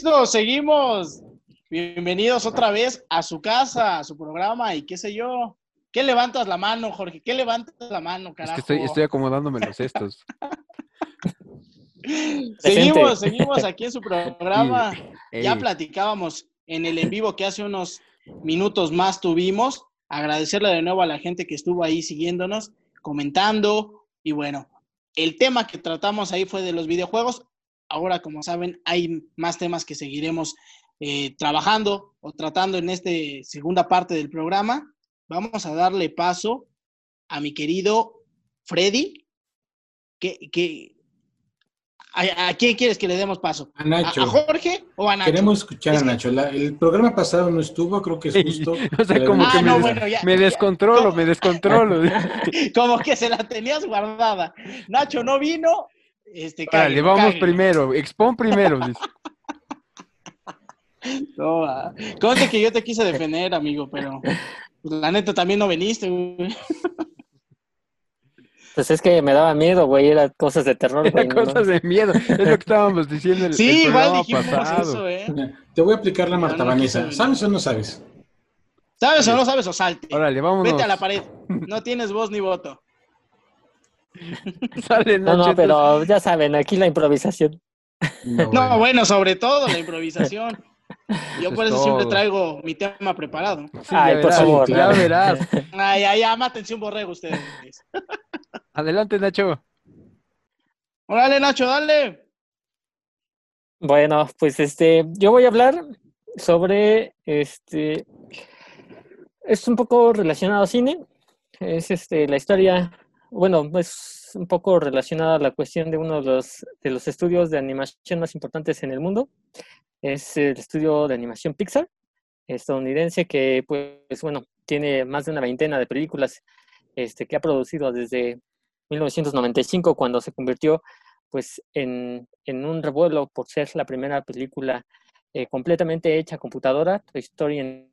Listo, seguimos. Bienvenidos otra vez a su casa, a su programa y qué sé yo. ¿Qué levantas la mano, Jorge? ¿Qué levantas la mano, Es que carajo? estoy acomodándome los cestos. Presente. Seguimos aquí en su Y, programa. Ya ey, platicábamos en el en vivo que hace unos minutos más tuvimos. Agradecerle de nuevo a la gente que estuvo ahí siguiéndonos, comentando. Y bueno, el tema que tratamos ahí fue de los videojuegos. Ahora, como saben, hay más temas que seguiremos trabajando o tratando en esta segunda parte del programa. Vamos a darle paso a mi querido Freddy, que ¿a quién quieres que le demos paso? A ¿A Nacho. Jorge o a Nacho? Queremos escuchar Es a que- Nacho. El programa pasado no estuvo, creo que es justo. o sea, le como demos que no, lugar. bueno, ya. me descontrolo. Como que se la tenías guardada. Nacho no vino, Órale, cáguenlo, vamos cáguenlo. primero, expon primero, dice. No, conste que yo te quise defender, amigo, pero pues, la neta también no viniste, güey. Pues es que me daba miedo, güey. Era cosas de terror, Era güey. cosas de miedo, es lo que estábamos diciendo el Sí, igual programa dijimos pasado. eso, ¿eh? Te voy a aplicar la Pero Marta no quiso Vanessa. venir. ¿Sabes o no sabes? ¿Sabes o no sabes o salte? Órale, Vete vámonos. a la pared. No tienes voz ni voto. Sale No, Nacho, no, pero ya saben, aquí la improvisación. No, bueno, sobre todo la improvisación. Yo Eso por es eso siempre todo. traigo mi tema preparado. Sí, ya Ay, por verás, favor. Sí, ya claro. verás. Ay, ay, ya, mátense un borrego ustedes. Adelante, Nacho. Órale, Nacho, dale. Bueno, pues yo voy a hablar sobre es un poco relacionado a cine. Es la historia, bueno, es un poco relacionada a la cuestión de uno de los estudios de animación más importantes en el mundo. Es el estudio de animación Pixar, estadounidense, que pues bueno, tiene más de una veintena de películas que ha producido desde 1995, cuando se convirtió pues en un revuelo por ser la primera película completamente hecha a computadora, Toy Story en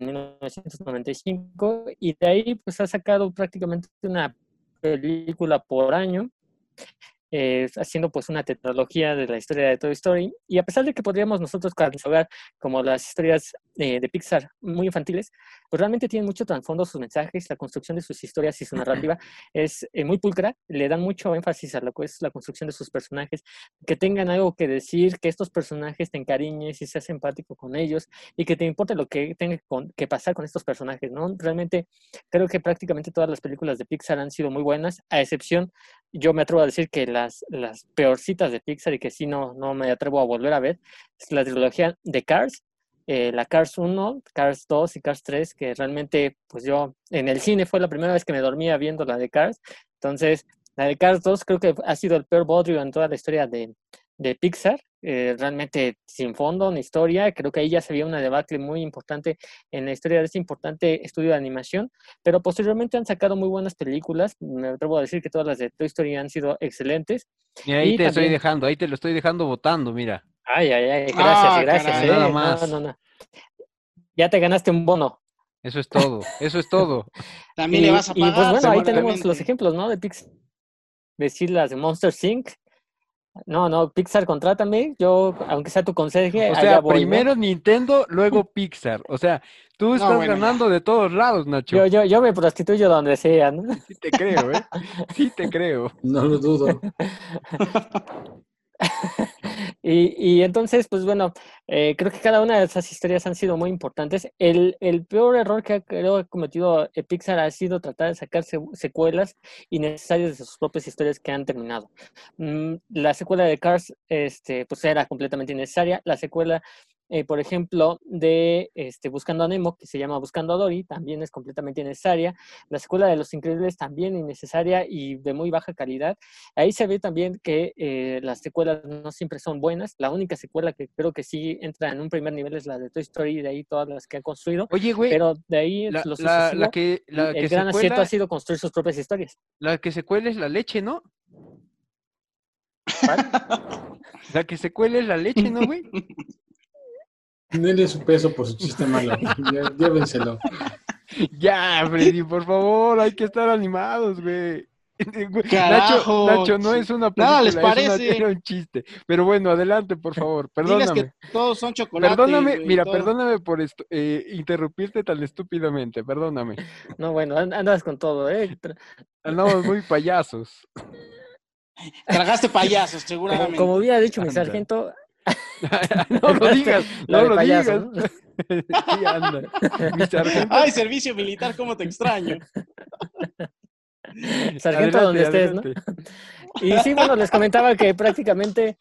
1995, y de ahí pues ha sacado prácticamente una película por año, haciendo pues una tetralogía de la historia de Toy Story. Y a pesar de que podríamos nosotros catalogar como las historias de Pixar muy infantiles, pues realmente tienen mucho trasfondo sus mensajes, la construcción de sus historias y su narrativa es muy pulcra, le dan mucho énfasis a lo que es la construcción de sus personajes, que tengan algo que decir, que estos personajes te encariñes y seas empático con ellos y que te importe lo que tenga que pasar con estos personajes, ¿no? Realmente creo que prácticamente todas las películas de Pixar han sido muy buenas, a excepción, yo me atrevo a decir que las peorcitas de Pixar y que sí no me atrevo a volver a ver, es la trilogía de Cars, la Cars 1, Cars 2 y Cars 3, que realmente, pues yo en el cine fue la primera vez que me dormía viendo la de Cars. Entonces, la de Cars 2 creo que ha sido el peor bodrio en toda la historia de Pixar, realmente sin fondo ni historia. Creo que ahí ya se veía una debacle muy importante en la historia de este importante estudio de animación, pero posteriormente han sacado muy buenas películas. Me atrevo a decir que todas las de Toy Story han sido excelentes. Mira, ahí Y te estoy también, dejando, ahí te lo estoy dejando votando, mira. ay, Ah, gracias, caray. Nada más. no. Ya te ganaste un bono. Eso es todo, eso es todo. También le vas a Y pues pagar, bueno, ahí tenemos los seguramente. ejemplos, ¿no? De Pixar. Decir las de Monster Inc. No, Pixar, contrátame. Yo, aunque sea tu conserje, O allá sea, voy, ¿no? primero Nintendo, luego Pixar. O sea, tú No, estás bueno, ya. ganando de todos lados, Nacho. Yo me prostituyo donde sea, ¿no? Sí te creo, ¿eh? Sí te creo. No lo dudo. Y entonces, pues bueno, creo que cada una de esas historias han sido muy importantes. El peor error que creo ha cometido Pixar ha sido tratar de sacar secuelas innecesarias de sus propias historias que han terminado. La secuela de Cars, pues era completamente innecesaria. La secuela, por ejemplo, de Buscando a Nemo, que se llama Buscando a Dory, también es completamente innecesaria. La secuela de Los Increíbles también innecesaria y de muy baja calidad. Ahí se ve también que las secuelas no siempre son buenas. La única secuela que creo que sí entra en un primer nivel es la de Toy Story, y de ahí todas las que han construido. Oye, güey, Pero de ahí la, lo la, la sucesivo, que, la el que se gran acierto ha cuela, sido construir sus propias historias. la que se cuela es la leche, ¿no? ¿Cuál? La que se cuela es la leche, ¿no, güey? Denle su peso por su chiste malo. Llévenselo. Ya, Freddy, por favor, hay que estar animados, güey. Carajo. Nacho, no es una Nada les película, parece. era un chiste. Pero bueno, adelante, por favor, Diles perdóname. que todos son chocolates, Perdóname, güey, mira, todo. perdóname por interrumpirte tan estúpidamente, perdóname. No, bueno, andas con todo, ¿eh? Andamos muy payasos. Tragaste payasos, Como seguramente. hubiera dicho mi Anda. sargento, No lo digas, la no de lo payaso, digas. ¿no? Sí, anda. Mi sargento. Ay, servicio militar, cómo te extraño. Sargento donde estés, ¿no? Adelante. Y sí, bueno, les comentaba que prácticamente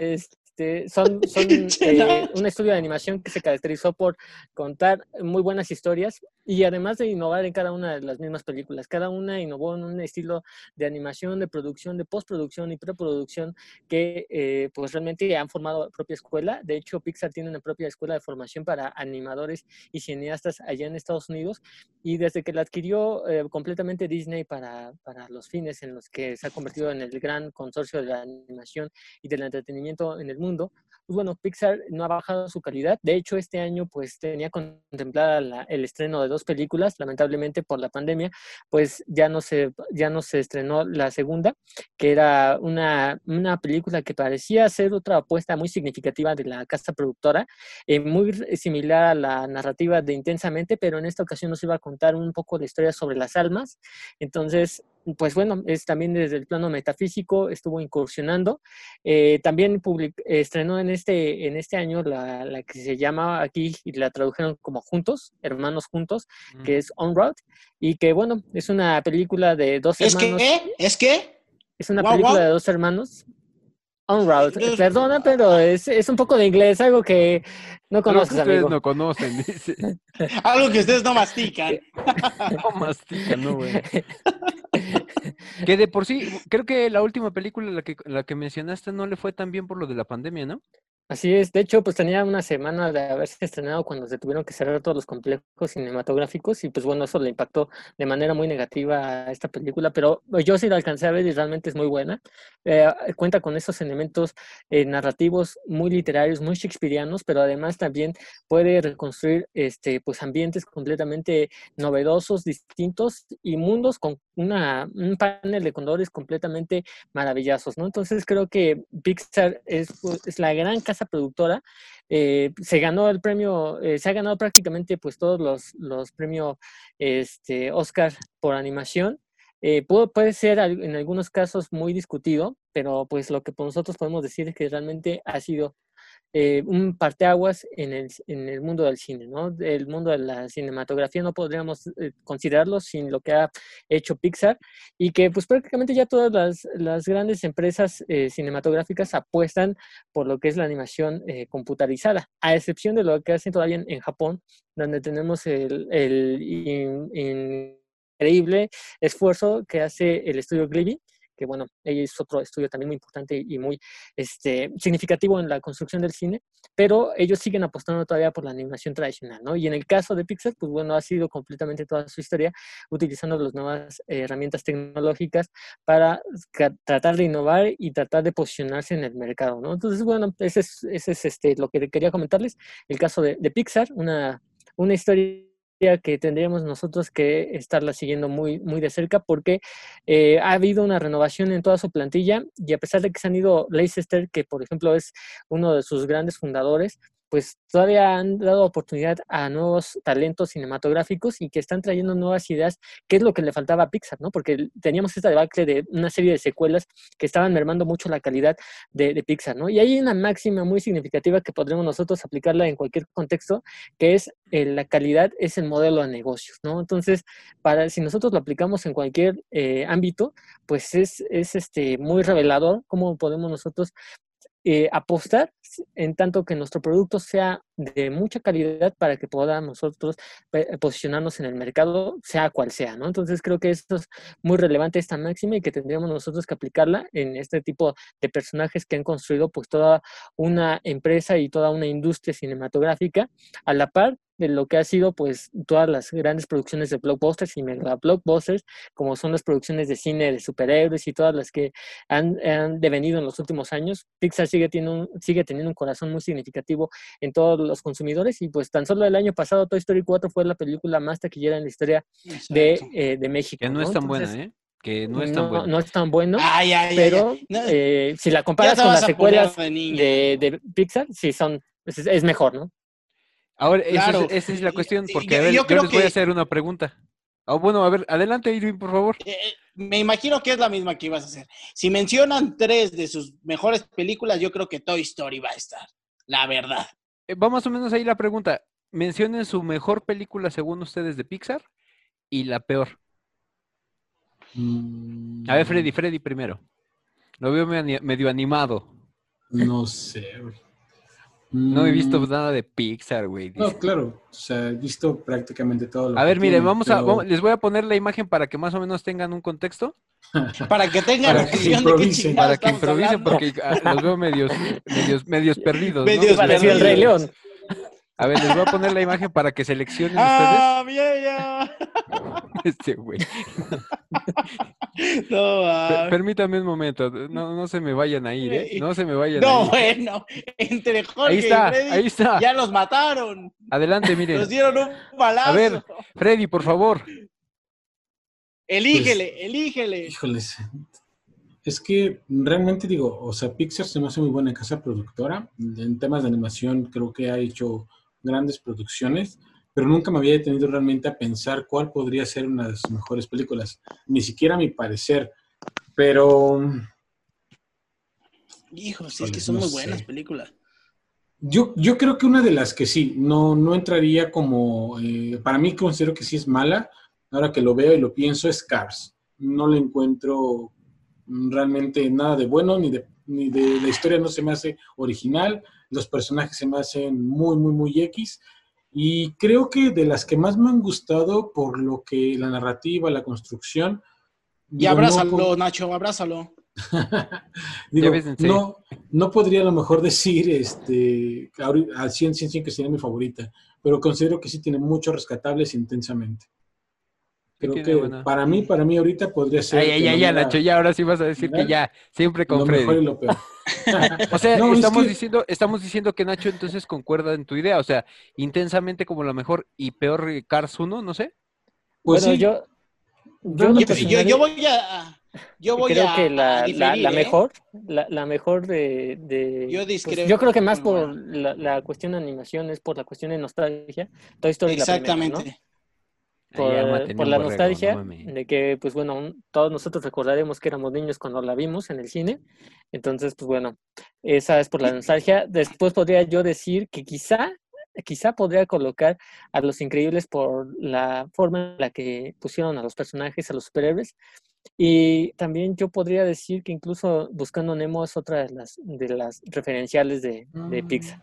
son Pinche Nacho. un estudio de animación que se caracterizó por contar muy buenas historias y además de innovar en cada una de las mismas películas. Cada una innovó en un estilo de animación, de producción, de postproducción y preproducción que pues realmente han formado propia escuela. De hecho, Pixar tiene una propia escuela de formación para animadores y cineastas allá en Estados Unidos y desde que la adquirió completamente Disney para los fines en los que se ha convertido en el gran consorcio de la animación y del entretenimiento en el mundo, pues bueno, Pixar no ha bajado su calidad. De hecho, este año pues tenía contemplada el estreno de 2 películas. Lamentablemente por la pandemia, pues ya no se estrenó la segunda, que era una película que parecía ser otra apuesta muy significativa de la casa productora, muy similar a la narrativa de Intensamente, pero en esta ocasión nos iba a contar un poco la historia sobre las almas. Entonces, pues bueno, es también desde el plano metafísico, estuvo incursionando. También estrenó en este año la que se llama aquí, y la tradujeron como Juntos, Hermanos Juntos, que es On Road, y que bueno, es una película de 2 hermanos. ¿Es que? Es una Guau, película guau. de 2 hermanos. On Road. Perdona, pero es un poco de inglés, algo que no Algo que conoces, ustedes amigo. no conocen, dice. Algo que ustedes no mastican. No mastica, no, güey. Que de por sí, creo que la última película, la que mencionaste, no le fue tan bien por lo de la pandemia, ¿no? Así es, de hecho, pues tenía una semana de haberse estrenado cuando se tuvieron que cerrar todos los complejos cinematográficos y pues bueno, eso le impactó de manera muy negativa a esta película, pero yo sí la alcancé a ver y realmente es muy buena. Cuenta con esos elementos narrativos muy literarios, muy shakespearianos, pero además también puede reconstruir pues ambientes completamente novedosos, distintos y mundos con un panel de colores completamente maravillosos, ¿no? Entonces creo que Pixar es la gran casa productora. Se ganó el premio, se ha ganado prácticamente pues todos los premios Oscar por animación. Puede ser en algunos casos muy discutido, pero pues lo que nosotros podemos decir es que realmente ha sido un parteaguas en el mundo del cine, ¿no? El mundo de la cinematografía no podríamos considerarlo sin lo que ha hecho Pixar y que pues prácticamente ya todas las grandes empresas cinematográficas apuestan por lo que es la animación computarizada, a excepción de lo que hacen todavía en Japón, donde tenemos increíble esfuerzo que hace el estudio Ghibli, que bueno, es otro estudio también muy importante y muy significativo en la construcción del cine, pero ellos siguen apostando todavía por la animación tradicional, ¿no? Y en el caso de Pixar, pues bueno, ha sido completamente toda su historia utilizando las nuevas herramientas tecnológicas para tratar de innovar y tratar de posicionarse en el mercado, ¿no? Entonces, bueno, ese es lo que quería comentarles, el caso de Pixar, una historia que tendríamos nosotros que estarla siguiendo muy, muy de cerca porque ha habido una renovación en toda su plantilla y a pesar de que se han ido Leicester, que por ejemplo es uno de sus grandes fundadores, pues todavía han dado oportunidad a nuevos talentos cinematográficos y que están trayendo nuevas ideas, que es lo que le faltaba a Pixar, ¿no? Porque teníamos esta debacle de una serie de secuelas que estaban mermando mucho la calidad de Pixar, ¿no? Y hay una máxima muy significativa que podremos nosotros aplicarla en cualquier contexto, que es la calidad es el modelo de negocios, ¿no? Entonces, si nosotros lo aplicamos en cualquier ámbito, pues es muy revelador cómo podemos nosotros apostar en tanto que nuestro producto sea de mucha calidad para que podamos nosotros posicionarnos en el mercado, sea cual sea, ¿no? Entonces creo que esto es muy relevante, esta máxima, y que tendríamos nosotros que aplicarla en este tipo de personajes que han construido pues toda una empresa y toda una industria cinematográfica a la par de lo que ha sido pues todas las grandes producciones de blockbusters y mega blockbusters, como son las producciones de cine de superhéroes y todas las que han devenido en los últimos años. Pixar sigue teniendo un corazón muy significativo en todos los consumidores y pues tan solo el año pasado Toy Story 4 fue la película más taquillera en la historia de México, Que no ¿no? es tan Entonces, buena, ¿eh? que no es tan bueno. No es tan bueno, Ay, ay, pero ay, no, si la ya comparas te con vas las a poner secuelas de niña. de Pixar, sí es mejor, ¿no? Ahora, Claro. esa es la cuestión, porque, a Yo, ver, yo yo creo les voy a que hacer una pregunta. Bueno, a ver, adelante, Irving, por favor. me imagino que es la misma que ibas a hacer. Si mencionan 3 de sus mejores películas, yo creo que Toy Story va a estar. La verdad. Va más o menos ahí la pregunta. Mencionen su mejor película según ustedes de Pixar y la peor. A ver, Freddy primero. Lo veo medio animado. No sé, güey. No he visto Mm, nada de Pixar, güey, dice. no, claro, o sea, he visto prácticamente todo lo A que ver, miren, tiene, pero les voy a poner la imagen para que más o menos tengan un contexto, Para que tengan para que noción de qué improvisen. chingados para que estamos improvisen, hablando. porque los veo medios perdidos, ¿no? Medios Pareció el Rey perdidos. León. A ver, les voy a poner la imagen para que seleccionen ¡Ah, mira! ustedes. Güey. No, Permítame un momento, no se me vayan a ir, ¿eh? No se me vayan a no, ir. bueno, entre Jorge Ahí está, y Freddy ahí está. ya los mataron. Adelante, miren. Los dieron un balazo. A ver, Freddy, por favor. Elígele. híjoles, es que realmente digo, o sea, Pixar se me hace muy buena casa productora. En temas de animación creo que ha hecho grandes producciones, pero nunca me había detenido realmente a pensar cuál podría ser una de sus mejores películas. Ni siquiera a mi parecer, pero Hijo, sí, es que híjoles, son no muy sé. buenas películas. Yo creo que una de las que sí, no entraría como, para mí considero que sí es mala, ahora que lo veo y lo pienso, es Cars. No le encuentro realmente nada de bueno, ni de la historia no se me hace original, los personajes se me hacen muy X, y creo que de las que más me han gustado por lo que la narrativa, la construcción, Y digo, abrázalo, Nacho, abrázalo. Ya digo, ves, no podría a lo mejor decir al 100 que sería mi favorita, pero considero que sí tiene muchos rescatables intensamente. Sí Creo tiene que buena. para mí ahorita podría ser de Ya, Nacho, manera ya, ahora sí vas a decir que general ya, siempre con lo mejor y Freddy. lo peor. O sea, No, es que, estamos diciendo que Nacho entonces concuerda en tu idea, o sea, intensamente como la mejor y peor Cars 1, no sé. pues Bueno, sí, yo en lo realmente sí. personal Yo voy creo que a diferir, la mejor Yo pues yo creo que más discrepo, por bueno, la cuestión de animación es por la cuestión de nostalgia. Toy Story la primera, ¿no? exactamente. Ahí ya maten Por un la borrego, no nostalgia mames. de que, pues bueno, todos nosotros recordaremos que éramos niños cuando la vimos en el cine. Entonces, pues bueno, esa es por la nostalgia. Después podría yo decir que quizá podría colocar a Los Increíbles por la forma en la que pusieron a los personajes, a los superhéroes. Y también yo podría decir que incluso Buscando Nemo es otra de las referenciales de Pixar.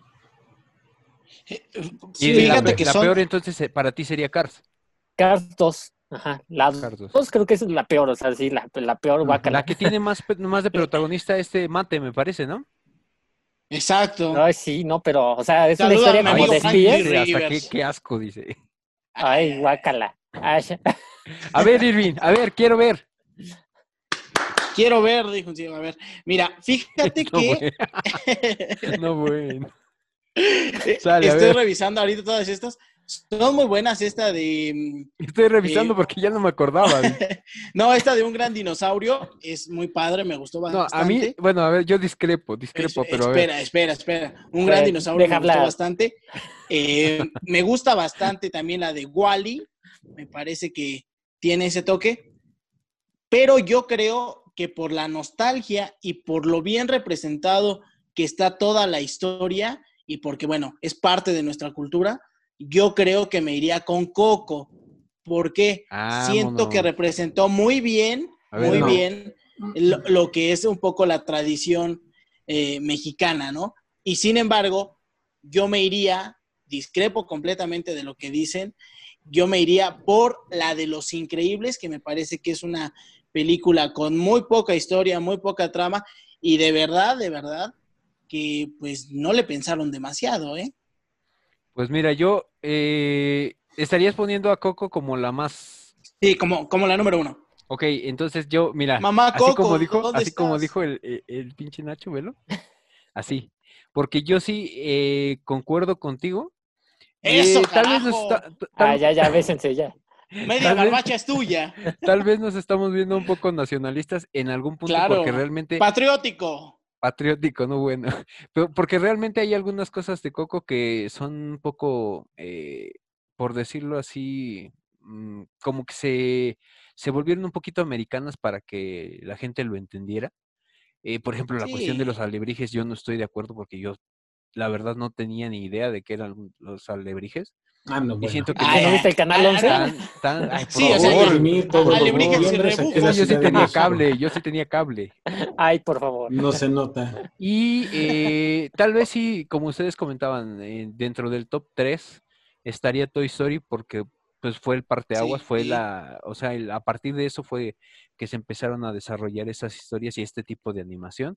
Y Sí, Fíjate que la son, peor entonces para ti sería Cars. Cars 2, ajá, la Cars 2. 2 creo que esa es la peor, o sea, sí, la peor guácala. La que tiene más de protagonista Mate, me parece, ¿no? exacto. Ay, sí, no, pero, o sea, es una Saluda a historia mi como amigo de Frankie espías. Dice, hasta Rivers. qué asco, dice. Ay, guácala. Ay, A ver, Irving, a ver, quiero ver. Quiero ver, dijo un ciego. A ver, mira, fíjate No, que No, bueno. Sale, a estoy ver. revisando ahorita todas estas. Son muy buenas esta de... Estoy revisando eh, porque ya no me acordaba. no, esta de un gran dinosaurio es muy padre, me gustó No, a mí, bastante. bueno, a ver, yo discrepo, pero a ver. Espera. Un gran dinosaurio deja me gustó hablar. bastante. Me gusta bastante también la de Wall-E. Me parece que tiene ese toque. Pero yo creo que por la nostalgia y por lo bien representado que está toda la historia y porque, bueno, es parte de nuestra cultura, yo creo que me iría con Coco. Porque siento que Vámonos. representó muy bien A ver, no. lo que es un poco la tradición mexicana, ¿no? Y sin embargo, yo me iría, discrepo completamente de lo que dicen, yo me iría por la de Los Increíbles, que me parece que es una película con muy poca historia, muy poca trama, y de verdad, que pues no le pensaron demasiado, ¿eh? Pues mira, yo estarías poniendo a Coco como la más. Sí, como la número 1. Ok, entonces yo, mira, Mamá Coco, ¿dónde como estás? dijo el pinche Nacho, velo. Así. Porque yo sí concuerdo contigo. ¡Eso, Tal vez carajo! Ah, ya, bésense, ya. Media barbacha es tuya. Tal vez nos estamos viendo un poco nacionalistas en algún punto Claro. porque realmente... Patriótico. Patriótico, no bueno. Pero porque realmente hay algunas cosas de Coco que son un poco, por decirlo así, como que se volvieron un poquito americanas para que la gente lo entendiera. Por ejemplo, la cuestión de los Sí. alebrijes, yo no estoy de acuerdo porque yo, la verdad, no tenía ni idea de qué eran los alebrijes. Ah, no, Y bueno. siento que ¿Que no viste el canal 11? ay, por Sí, o sea, favor, todo por alebrijes favor. y rebujos. No, yo sí Ciudad de tenía México. cable, yo sí tenía cable. Ay, por favor. No se nota. Y tal vez sí, como ustedes comentaban, dentro del top 3 estaría Toy Story porque pues fue el parteaguas, fue Sí. o sea, a partir de eso fue que se empezaron a desarrollar esas historias y este tipo de animación.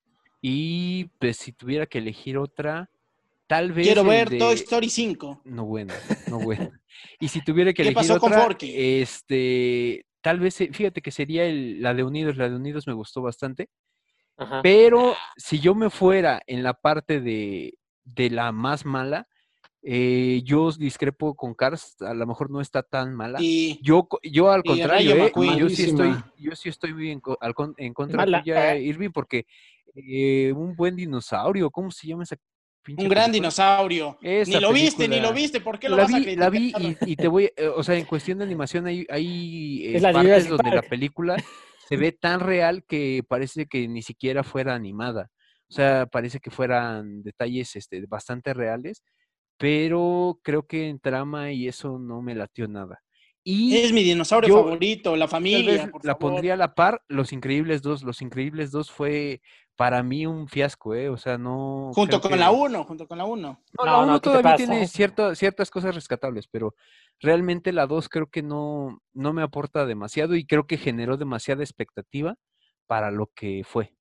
Y pues si tuviera que elegir otra, tal vez Quiero el ver Toy de... Story 5. No bueno, no bueno. Y si tuviera que ¿Qué elegir pasó con otra, Forky? tal vez, fíjate que sería la de Unidos me gustó bastante. Ajá. Pero si yo me fuera en la parte de la más mala, yo discrepo con Cars, a lo mejor no está tan mala. Y, Yo al y contrario, Rayo McQueen. Malísima. yo sí estoy muy en contra Mala. tuya, Irving, porque un buen dinosaurio, ¿cómo se llama esa pinche Un gran película? dinosaurio. Esa Ni lo película. viste. ¿Por qué lo La vas a vi criticar? y te voy, o sea, en cuestión de animación hay Es la de partes Jurassic donde la Park. película se ve tan real que parece que ni siquiera fuera animada. O sea, parece que fueran detalles bastante reales, pero creo que en trama y eso no me latió nada. Y Es mi dinosaurio yo favorito, la tal vez familia, por la favor. pondría a la par, Los Increíbles 2. Los Increíbles 2 fue para mí un fiasco, ¿eh? O sea, no Junto creo con la que... 1, junto con la 1. No, la No, 1 ¿qué te todavía pasa? tiene ciertas cosas rescatables, pero realmente la 2 creo que no me aporta demasiado y creo que generó demasiada expectativa para lo que fue.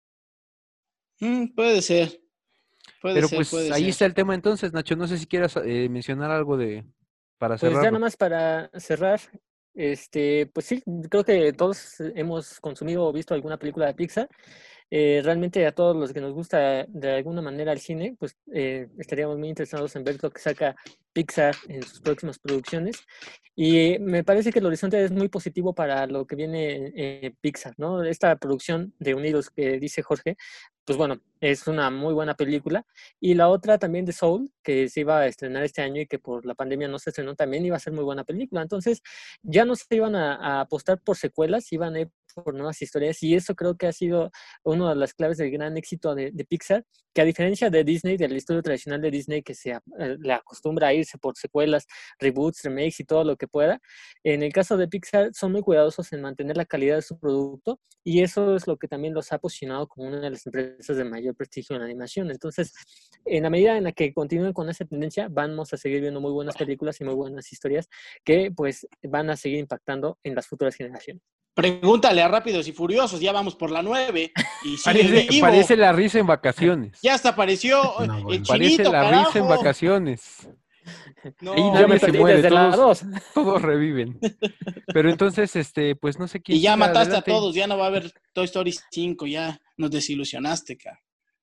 Puede ser, Pero pues puede ahí ser. está el tema entonces, Nacho. No sé si quieras mencionar algo para Pues ya nada cerrarlo. más para cerrar, pues sí, creo que todos hemos consumido o visto alguna película de Pixar. Realmente a todos los que nos gusta de alguna manera el cine, pues estaríamos muy interesados en ver lo que saca Pixar en sus próximas producciones. Y me parece que el horizonte es muy positivo para lo que viene Pixar, ¿no? Esta producción de Unidos que dice Jorge, pues bueno, es una muy buena película. Y la otra también de Soul, que se iba a estrenar este año y que por la pandemia no se estrenó, también iba a ser muy buena película. Entonces, ya no se iban a apostar por secuelas, iban a ir por nuevas historias. Y eso creo que ha sido una de las claves del gran éxito de Pixar, que a diferencia de Disney, del estudio tradicional de Disney, que le acostumbra a irse por secuelas, reboots, remakes y todo lo que pueda, en el caso de Pixar son muy cuidadosos en mantener la calidad de su producto y eso es lo que también los ha posicionado como una de las empresas de mayor prestigio en la animación. Entonces, en la medida en la que continúen con esa tendencia, vamos a seguir viendo muy buenas películas y muy buenas historias que pues van a seguir impactando en las futuras generaciones. Pregúntale a Rápidos y Furiosos, ya vamos por la 9 y sigue vivo. Parece la risa en vacaciones. Ya hasta apareció No, bueno. el Parece chinito, la risa en carajo. vacaciones. No, Ahí Ya me nadie se perdí muere, desde la 2. todos reviven. Pero entonces, pues no sé quién y ya siga mataste adelante. a todos, ya no va a haber Toy Story 5, ya nos desilusionaste, cara.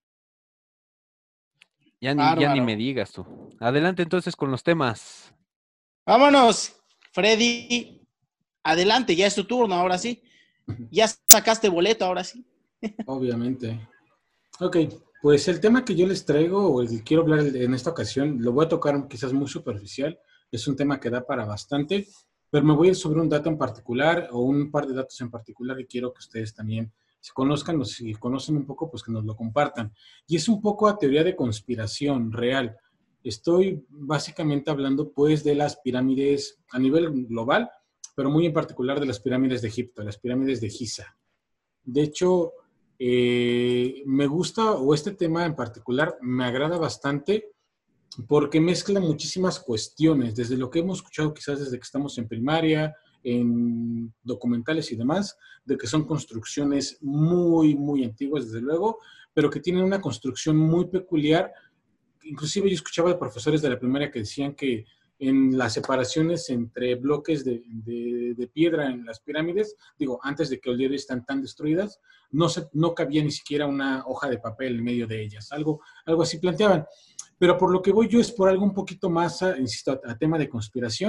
Ya ni Bárbaro. me digas tú. Adelante entonces con los temas. Vámonos, Freddy. Adelante, ya es tu turno, ahora sí. Ya sacaste boleto, ahora sí. Obviamente. Ok, pues el tema que yo les traigo, o el que quiero hablar en esta ocasión, lo voy a tocar quizás muy superficial. Es un tema que da para bastante, pero me voy a ir sobre un dato en particular, o un par de datos en particular, y quiero que ustedes también se conozcan, o si conocen un poco, pues que nos lo compartan. Y es un poco a teoría de conspiración real. Estoy básicamente hablando, pues, de las pirámides a nivel global, pero muy en particular de las pirámides de Egipto, las pirámides de Giza. De hecho, me gusta, o este tema en particular me agrada bastante, porque mezcla muchísimas cuestiones, desde lo que hemos escuchado quizás desde que estamos en primaria, en documentales y demás, de que son construcciones muy, muy antiguas, desde luego, pero que tienen una construcción muy peculiar. Inclusive yo escuchaba de profesores de la primaria que decían que en las separaciones entre bloques de piedra en las pirámides, digo, antes de que hoy están tan destruidas, no cabía ni siquiera una hoja de papel en medio de ellas, algo así planteaban. Pero por lo que voy yo es por algo un poquito más, insisto, a tema de conspiración,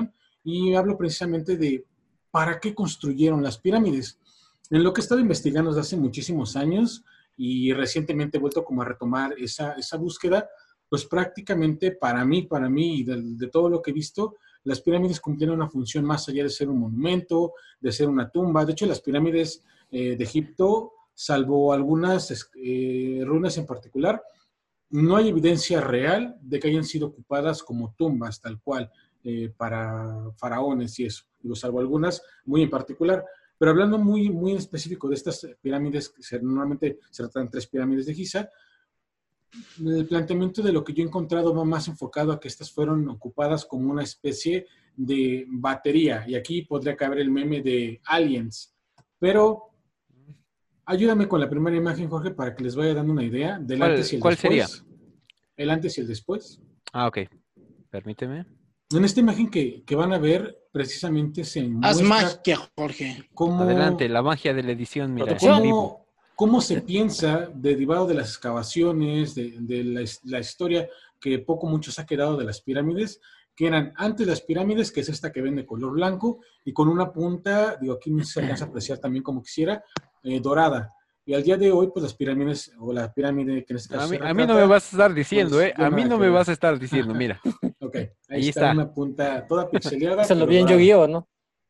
y hablo precisamente de para qué construyeron las pirámides. En lo que he estado investigando desde hace muchísimos años y recientemente he vuelto como a retomar esa búsqueda, pues prácticamente para mí y de todo lo que he visto, las pirámides cumplían una función más allá de ser un monumento, de ser una tumba. De hecho, las pirámides de Egipto, salvo algunas ruinas en particular, no hay evidencia real de que hayan sido ocupadas como tumbas, tal cual, para faraones y eso. Digo, salvo algunas muy en particular. Pero hablando muy en específico de estas pirámides, que normalmente se tratan de 3 pirámides de Giza, el planteamiento de lo que yo he encontrado va más enfocado a que estas fueron ocupadas como una especie de batería. Y aquí podría caber el meme de Aliens. Pero ayúdame con la primera imagen, Jorge, para que les vaya dando una idea del antes y el ¿Cuál después. sería? El antes y el después. Ah, ok. Permíteme. En esta imagen que van a ver, precisamente se Haz muestra magia, Jorge. cómo, Adelante, la magia de la edición, mira, en Producción. vivo. cómo se piensa, derivado de las excavaciones, de la historia que poco mucho se ha quedado de las pirámides, que eran antes las pirámides, que es esta que ven de color blanco, y con una punta, digo, aquí no se alcanza a apreciar también como quisiera, dorada. Y al día de hoy, pues las pirámides, o la pirámide que en este caso se A mí no me vas a estar diciendo, pues, A mí nada no que me ver. vas a estar diciendo, mira. Ok, Ahí está está. una punta toda pixeleada. Eso lo pero vi en dorada. Yu-Gi-Oh, ¿no?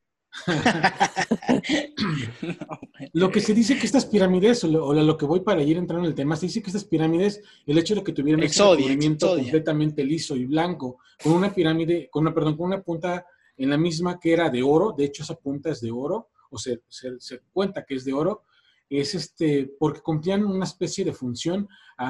Lo que se dice que estas pirámides, o lo que voy para ir entrando en el tema, se dice que estas pirámides, el hecho de que tuvieran ese recubrimiento completamente liso y blanco, con una pirámide, con una punta en la misma que era de oro, de hecho esa punta es de oro, o se cuenta que es de oro, es porque cumplían una especie de función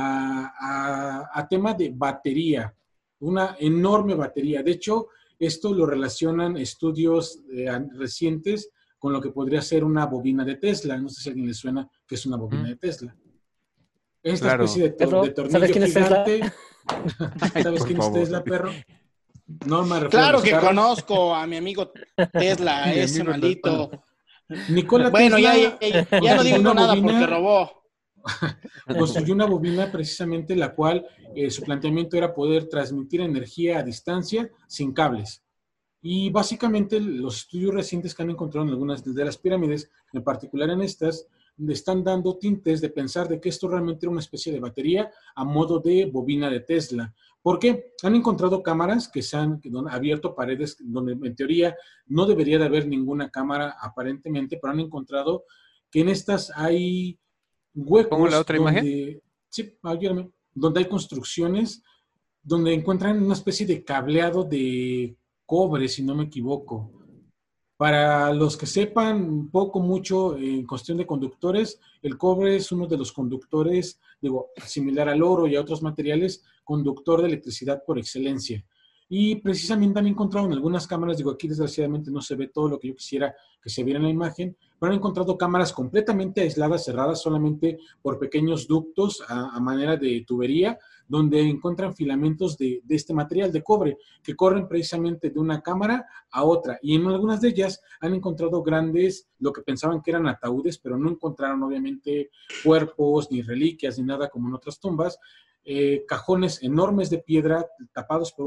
a tema de batería, una enorme batería. De hecho, esto lo relacionan estudios recientes con lo que podría ser una bobina de Tesla. No sé si a alguien le suena que es una bobina de Tesla. Esta Claro. especie de tornillo ¿Sabes quién es gigante. Ay, ¿Sabes por quién es favor. Tesla, perro? No me refiero a Claro los que carros. conozco a mi amigo Tesla, Mi ese amigo maldito. Nikola Bueno, Tesla ya no construyó digo una nada bobina, porque robó. construyó una bobina precisamente la cual su planteamiento era poder transmitir energía a distancia sin cables. Y básicamente los estudios recientes que han encontrado en algunas de las pirámides, en particular en estas, le están dando tintes de pensar de que esto realmente era una especie de batería a modo de bobina de Tesla. ¿Por qué? Han encontrado cámaras que se han abierto paredes donde en teoría no debería de haber ninguna cámara aparentemente, pero han encontrado que en estas hay ¿Pongo la huecos otra imagen? sí, ayúdame, donde hay construcciones donde encuentran una especie de cableado de cobre, si no me equivoco. Para los que sepan poco, mucho en cuestión de conductores, el cobre es uno de los conductores, digo, similar al oro y a otros materiales, conductor de electricidad por excelencia. Y precisamente han encontrado en algunas cámaras, digo, aquí desgraciadamente no se ve todo lo que yo quisiera que se viera en la imagen, pero han encontrado cámaras completamente aisladas, cerradas solamente por pequeños ductos a manera de tubería, donde encuentran filamentos de este material de cobre que corren precisamente de una cámara a otra. Y en algunas de ellas han encontrado grandes, lo que pensaban que eran ataúdes, pero no encontraron obviamente cuerpos, ni reliquias, ni nada como en otras tumbas. Cajones enormes de piedra tapados por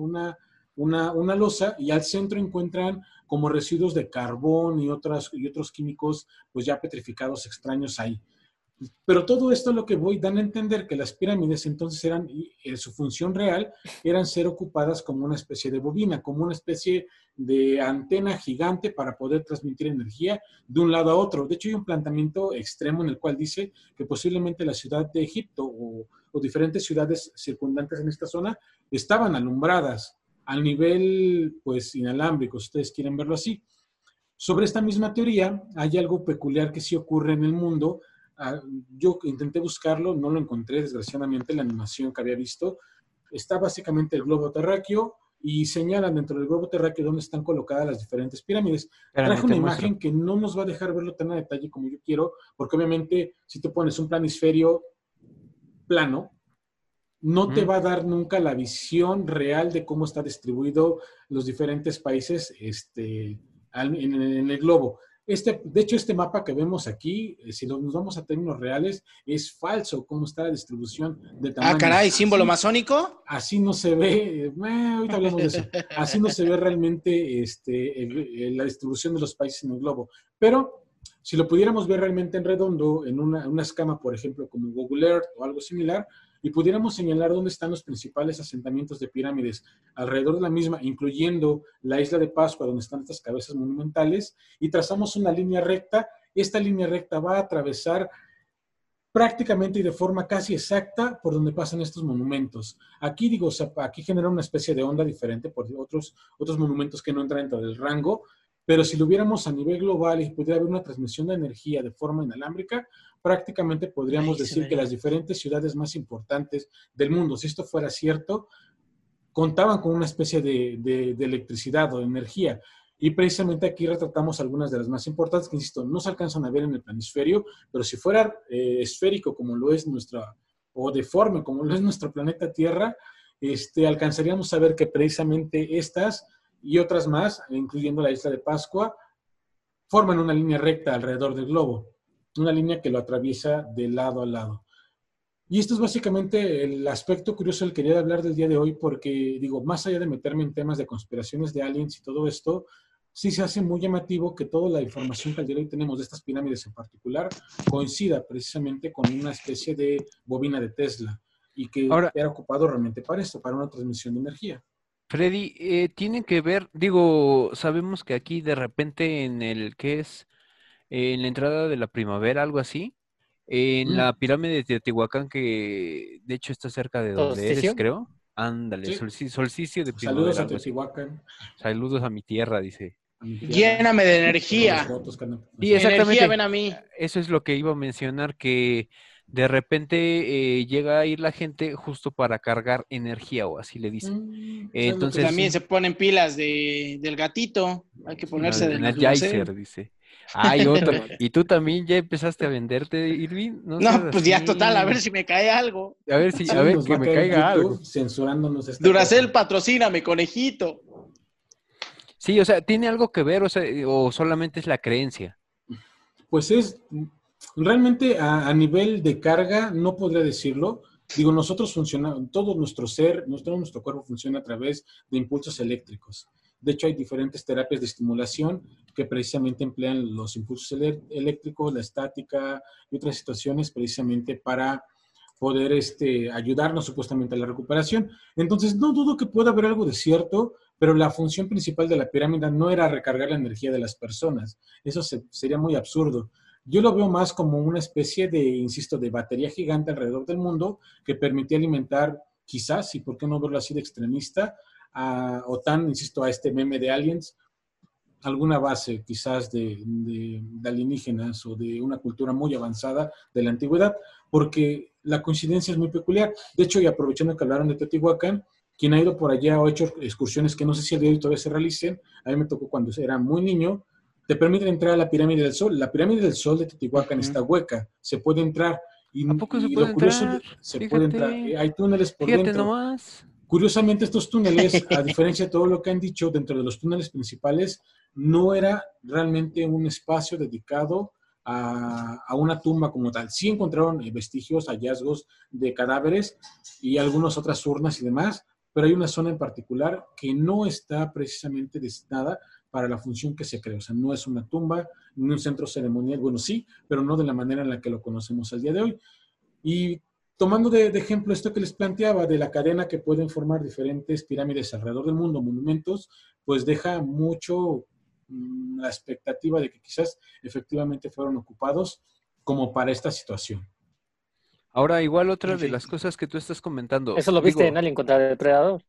una losa, y al centro encuentran como residuos de carbón y otros químicos pues ya petrificados extraños ahí. Pero todo esto lo que dan a entender que las pirámides entonces eran, su función real, eran ser ocupadas como una especie de bobina, como una especie de antena gigante para poder transmitir energía de un lado a otro. De hecho, hay un planteamiento extremo en el cual dice que posiblemente la ciudad de Egipto o diferentes ciudades circundantes en esta zona estaban alumbradas al nivel, pues, inalámbrico, si ustedes quieren verlo así. Sobre esta misma teoría, hay algo peculiar que sí ocurre en el mundo. Yo intenté buscarlo, no lo encontré, desgraciadamente, la animación que había visto. Está básicamente el globo terráqueo y señalan dentro del globo terráqueo dónde están colocadas las diferentes pirámides. Traje una imagen que no nos va a dejar verlo tan a detalle como yo quiero, porque obviamente si te pones un planisferio plano, no te va a dar nunca la visión real de cómo está distribuido los diferentes países en el globo. De hecho, este mapa que vemos aquí, si nos vamos a términos reales, es falso. ¿Cómo está la distribución de Ah, tamaños? caray, símbolo masónico. Así no se ve, ahorita hablamos de eso, así no se ve realmente la distribución de los países en el globo. Pero si lo pudiéramos ver realmente en redondo, en una escama, por ejemplo, como Google Earth o algo similar, y pudiéramos señalar dónde están los principales asentamientos de pirámides alrededor de la misma, incluyendo la isla de Pascua, donde están estas cabezas monumentales, y trazamos una línea recta, esta línea recta va a atravesar prácticamente y de forma casi exacta por donde pasan estos monumentos. Aquí digo, aquí genera una especie de onda diferente por otros monumentos que no entran dentro del rango, pero si lo viéramos a nivel global y pudiera haber una transmisión de energía de forma inalámbrica, prácticamente podríamos decir que las diferentes ciudades más importantes del mundo, si esto fuera cierto, contaban con una especie de electricidad o de energía. Y precisamente aquí retratamos algunas de las más importantes que, insisto, no se alcanzan a ver en el planisferio, pero si fuera esférico como lo es o deforme como lo es nuestro planeta Tierra, alcanzaríamos a ver que precisamente estas y otras más, incluyendo la isla de Pascua, forman una línea recta alrededor del globo, una línea que lo atraviesa de lado a lado. Y esto es básicamente el aspecto curioso del que quería hablar del día de hoy, porque digo, más allá de meterme en temas de conspiraciones de aliens y todo esto, sí se hace muy llamativo que toda la información que al día de hoy tenemos de estas pirámides en particular coincida precisamente con una especie de bobina de Tesla y que era ocupado realmente para esto, para una transmisión de energía. Freddy, tiene que ver, digo, sabemos que aquí de repente en en la entrada de la primavera, algo así, en la pirámide de Teotihuacán, que de hecho está cerca de donde eres, creo. Ándale, sí. Solsticio de primavera. Saludos a Teotihuacán. Saludos a mi tierra, dice. Lléname de energía. Sí, exactamente. Energía, ven a mí. Eso es lo que iba a mencionar, que de repente llega a ir la gente justo para cargar energía, o así le dicen. Entonces también se ponen pilas del gatito. Hay que ponerse del Energizer, dice. Hay otro. ¿Y tú también ya empezaste a venderte, Irving? No, pues así. Ya total, a ver si me cae algo. A ver si, a ver que me caiga algo. Censurándonos Duracell, patrocíname, conejito. Sí, o sea, ¿tiene algo que ver o solamente es la creencia? Pues realmente a nivel de carga no podría decirlo. Digo, nosotros funcionamos, todo nuestro ser, nuestro cuerpo funciona a través de impulsos eléctricos. De hecho, hay diferentes terapias de estimulación que precisamente emplean los impulsos eléctricos, la estática y otras situaciones precisamente para poder ayudarnos supuestamente a la recuperación. Entonces, no dudo que pueda haber algo de cierto, pero la función principal de la pirámide no era recargar la energía de las personas. Eso sería muy absurdo. Yo lo veo más como una especie insisto, de batería gigante alrededor del mundo que permitía alimentar, quizás, y por qué no verlo así de extremista, insisto, a este meme de aliens, alguna base quizás de alienígenas o de una cultura muy avanzada de la antigüedad, porque la coincidencia es muy peculiar. De hecho, y aprovechando que hablaron de Teotihuacán, quien ha ido por allá o hecho excursiones que no sé si al día de hoy todavía se realicen, a mí me tocó cuando era muy niño, te permiten entrar a la Pirámide del Sol. La Pirámide del Sol de Teotihuacán está hueca, se puede entrar. ¿A poco se puede entrar? Puede entrar. Hay túneles por dentro. Nomás. Curiosamente, estos túneles, a diferencia de todo lo que han dicho, dentro de los túneles principales, no era realmente un espacio dedicado a una tumba como tal. Sí encontraron vestigios, hallazgos de cadáveres y algunas otras urnas y demás, pero hay una zona en particular que no está precisamente destinada para la función que se cree. O sea, no es una tumba, ni un centro ceremonial, bueno, sí, pero no de la manera en la que lo conocemos al día de hoy. Y tomando de ejemplo esto que les planteaba, de la cadena que pueden formar diferentes pirámides alrededor del mundo, monumentos, pues deja mucho la expectativa de que quizás efectivamente fueron ocupados como para esta situación. Ahora, igual otra de las cosas que tú estás comentando. Eso lo viste en Alien contra el Depredador.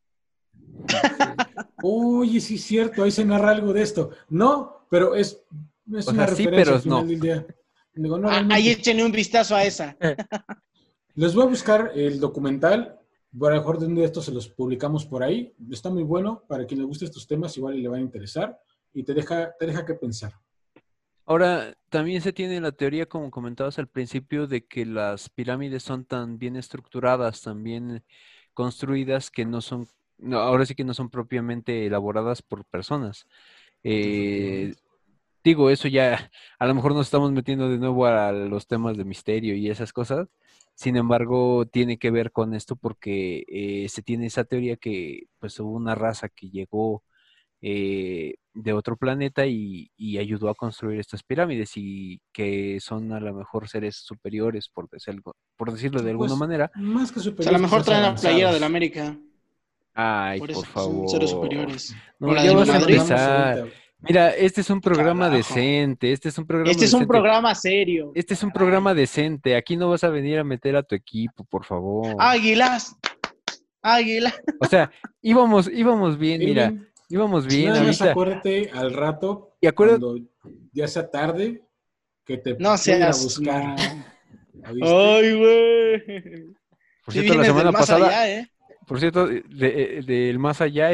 Oye, sí es cierto, ahí se narra algo de esto. No, pero es una referencia sí, pero al final del día. Digo, no, ahí échenle un vistazo a esa. Les voy a buscar el documental. A lo mejor de un día estos se los publicamos por ahí. Está muy bueno. Para quien le guste estos temas, igual le van a interesar. Y te deja que pensar. Ahora, también se tiene la teoría, como comentabas al principio, de que las pirámides son tan bien estructuradas, tan bien construidas, que ahora sí que no son propiamente elaboradas por personas. digo, eso ya, a lo mejor nos estamos metiendo de nuevo a los temas de misterio y esas cosas. Sin embargo, tiene que ver con esto porque se tiene esa teoría que pues hubo una raza que llegó de otro planeta y ayudó a construir estas pirámides y que son a lo mejor seres superiores, por decirlo de alguna Pues manera. más que O sea, a lo superiores, mejor quizás traen la playera del avanzados. América. Ay, Por por eso son seres favor. superiores. No, O la ya del vas a Eso Madrid. hablamos empezar. ahorita. Mira, este es un programa Carajo. decente, este es un programa Este es un decente. programa serio. Este es un caray. programa decente. Aquí no vas a venir a meter a tu equipo, por favor. Águilas. Águilas. O sea, íbamos bien, mira, Irving, íbamos bien nada más ahorita. acuérdate al rato, Y acuérdate, cuando ya sea tarde, que te No voy a ir a seas. buscar. No. ¿Oíste? Ay, güey. por Sí cierto, la vienes del semana más pasada, allá, ¿eh? por cierto, del más allá,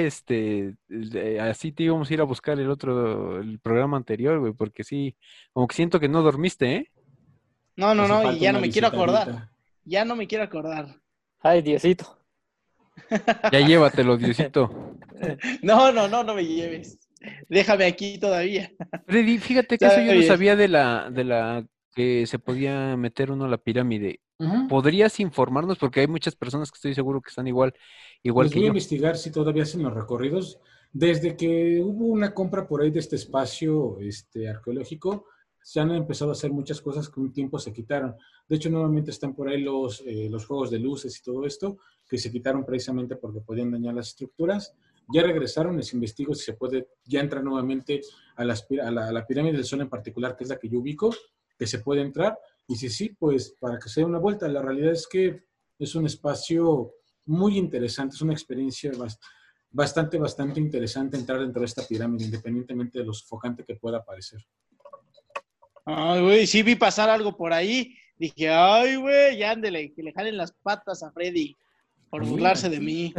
así te íbamos a ir a buscar el programa anterior, güey, porque sí, como que siento que no dormiste, ¿eh? No, Hace y falta ya una no me quiero acordar. visitadita. Ya no me quiero acordar. Ay, Diosito. Ya llévatelo, Diosito. No me lleves. Déjame aquí todavía. Freddy, fíjate que eso yo no ¿Sabes? sabía de la que se podía meter uno a la pirámide. Ujú. ¿Podrías informarnos? Porque hay muchas personas que estoy seguro que están igual Les que voy a yo. investigar si todavía hacen los recorridos. Desde que hubo una compra por ahí de este espacio arqueológico, se han empezado a hacer muchas cosas que un tiempo se quitaron. De hecho, nuevamente están por ahí los juegos de luces y todo esto, que se quitaron precisamente porque podían dañar las estructuras. Ya regresaron, les investigo si se puede ya entrar nuevamente a la pirámide del Sol en particular, que es la que yo ubico, que se puede entrar. Y si sí, pues para que se dé una vuelta. La realidad es que es un espacio muy interesante, es una experiencia bastante interesante entrar dentro de esta pirámide, independientemente de lo sofocante que pueda parecer. Ay, güey, sí vi pasar algo por ahí. Dije, ay, güey, ya ándele, que le jalen las patas a Freddy por Sí, burlarse de aquí. mí.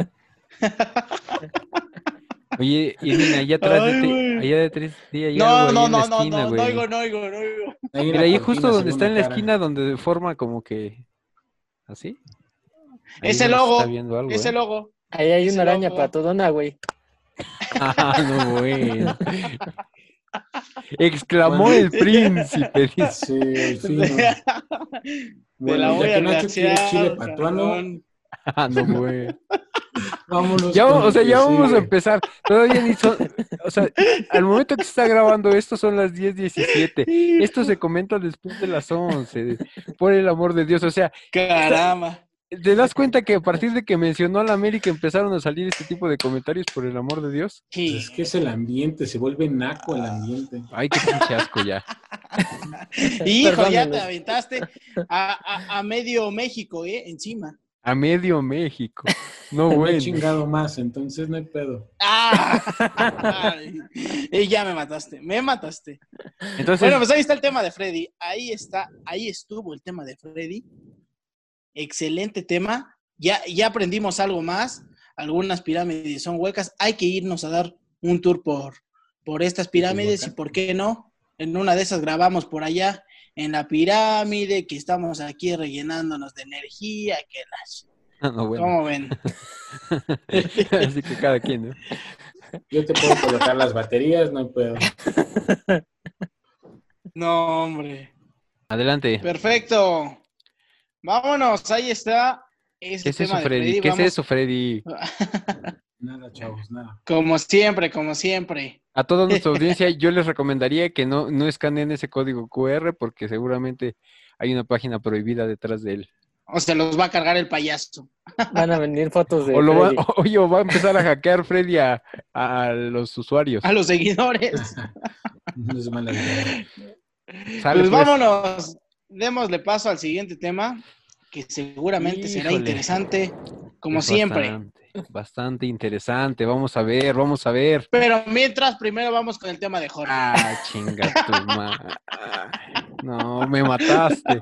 Oye, Irving, allá atrás de Ay, ti, güey. allá detrás de ti hay algo ahí en la esquina, No güey. oigo. Ahí en Mira, la ahí cortina justo se donde ve está una en la cara. esquina, donde forma como que, ¿así? Ahí Ese nada más está logo, viendo algo, ese ¿eh? logo. Ahí hay Ese una araña logo. patodona, güey. Ah, no, bueno. Exclamó Bueno, el príncipe, dice. sí, el fino. Te la Bueno, voy ya a que Nacho quiere chile glasear, patuano, cabrón. Ah, no, güey. vámonos Ya, con o lo sea, que ya vamos a sigue. empezar. Todavía ni son, o sea, al momento que se está grabando esto son las 10:17. Esto Hijo, se comenta después de las 11. Por el amor de Dios. O sea, caramba. ¿te das cuenta que a partir de que mencionó a la América empezaron a salir este tipo de comentarios por el amor de Dios? Pues es que es el ambiente, se vuelve naco el ambiente. Ay, qué pinche asco ya. Hijo, ya te Perdónenos. aventaste a medio México, encima. A medio México. No, Me he bueno. chingado más, entonces no hay pedo. Ay, y ya me mataste. Entonces, Bueno, pues ahí está el tema de Freddy. Ahí estuvo el tema de Freddy. Excelente tema. Ya aprendimos algo más. Algunas pirámides son huecas. Hay que irnos a dar un tour por estas pirámides y por qué no. En una de esas grabamos por allá en la pirámide, que estamos aquí rellenándonos de energía, que las... no, bueno. ¿Cómo ven? Así que cada quien, ¿no? Yo te puedo colocar las baterías, no hay pedo. No, hombre. Adelante. Perfecto. Vámonos, ahí está ese ¿Qué es eso, tema de Freddy? Freddy. ¿Qué es Vamos. eso, Freddy? Nada, chavos, nada. Como siempre. A toda nuestra audiencia, yo les recomendaría que no escaneen ese código QR porque seguramente hay una página prohibida detrás de él. O se los va a cargar el payaso. Van a venir fotos de O Freddy. o va a empezar a hackear Freddy a los usuarios. A los seguidores. No es mala idea. Sale, Pues pues. vámonos. Démosle paso al siguiente tema, que seguramente será Híjole. interesante, como Es siempre. bastante interesante. Vamos a ver. Pero mientras, primero vamos con el tema de Jorge. Ah, chinga tu madre. No, me mataste.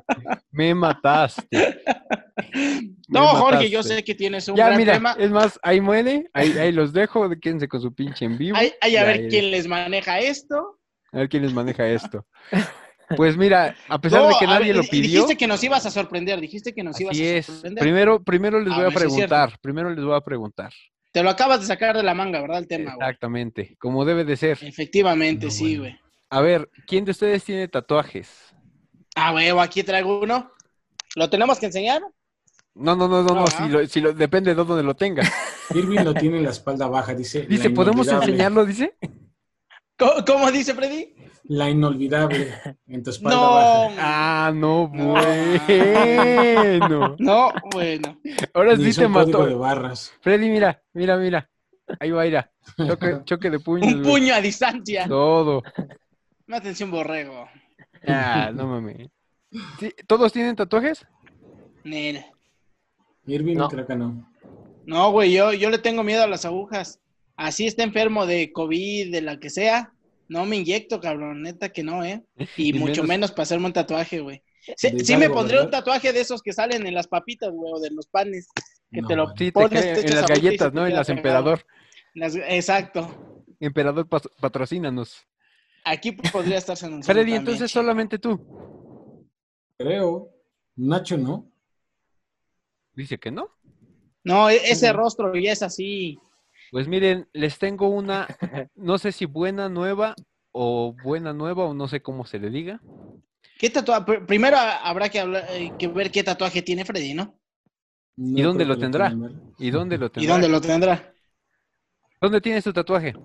No, Jorge, mataste. yo sé que tienes un Ya, gran mira, tema. es más, ahí muere, ahí los dejo, quédense con su pinche en vivo. Hay a Ya, ver quién les maneja esto. A ver quién les maneja esto. Pues mira, a pesar No, de que a nadie ver, lo pidió, dijiste que nos ibas a sorprender, así es. Primero les A voy a ver si es cierto. preguntar. Te lo acabas de sacar de la manga, ¿verdad? El tema, güey. Exactamente, como debe de ser. Efectivamente, No, sí, bueno. güey. A ver, ¿quién de ustedes tiene tatuajes? Ah, huevo, aquí traigo uno. ¿Lo tenemos que enseñar? No, No, depende de dónde lo tenga. Irving lo tiene en la espalda baja, dice la Dice, ¿podemos inolvidable. enseñarlo? Dice. ¿Cómo dice Freddy? La inolvidable en tu espalda No, baja. Ah, no, No. bueno. no, bueno. Ahora Ni sí es te un código mató. de barras. Freddy, mira. Ahí va, mira. Choque de puños, Un güey. puño a distancia. Todo. Una atención, borrego. Ah, no mames. ¿Sí? ¿Todos tienen tatuajes? Nel. Irving No. creo que no. No, güey, yo le tengo miedo a las agujas. Así está enfermo de COVID, de la que sea. No me inyecto, cabrón, neta que no, ¿eh? Y Ni mucho menos. menos para hacerme un tatuaje, güey. De Sí me Hidalgo, pondré un ¿verdad? tatuaje de esos que salen en las papitas, güey, o de los panes. Que No, te lo bueno. Sí, te pones, creo. te En echas las agüita y se galletas, te ¿no? En queda las pegado. Emperador. Exacto. Emperador, patrocínanos. Aquí podría estarse anunciando Freddy, también, entonces chinga. solamente tú. Creo. Nacho no. Dice que no. No, ese rostro ya es así. Pues miren, les tengo una, no sé si buena nueva o no sé cómo se le diga. ¿Qué tatuaje? Primero habrá que que ver qué tatuaje tiene Freddy, ¿no? ¿Y No dónde creo lo que lo tendrá? quieran ver. ¿Y dónde lo ¿Y tendrá? dónde lo tendrá? ¿Dónde tienes tu tatuaje?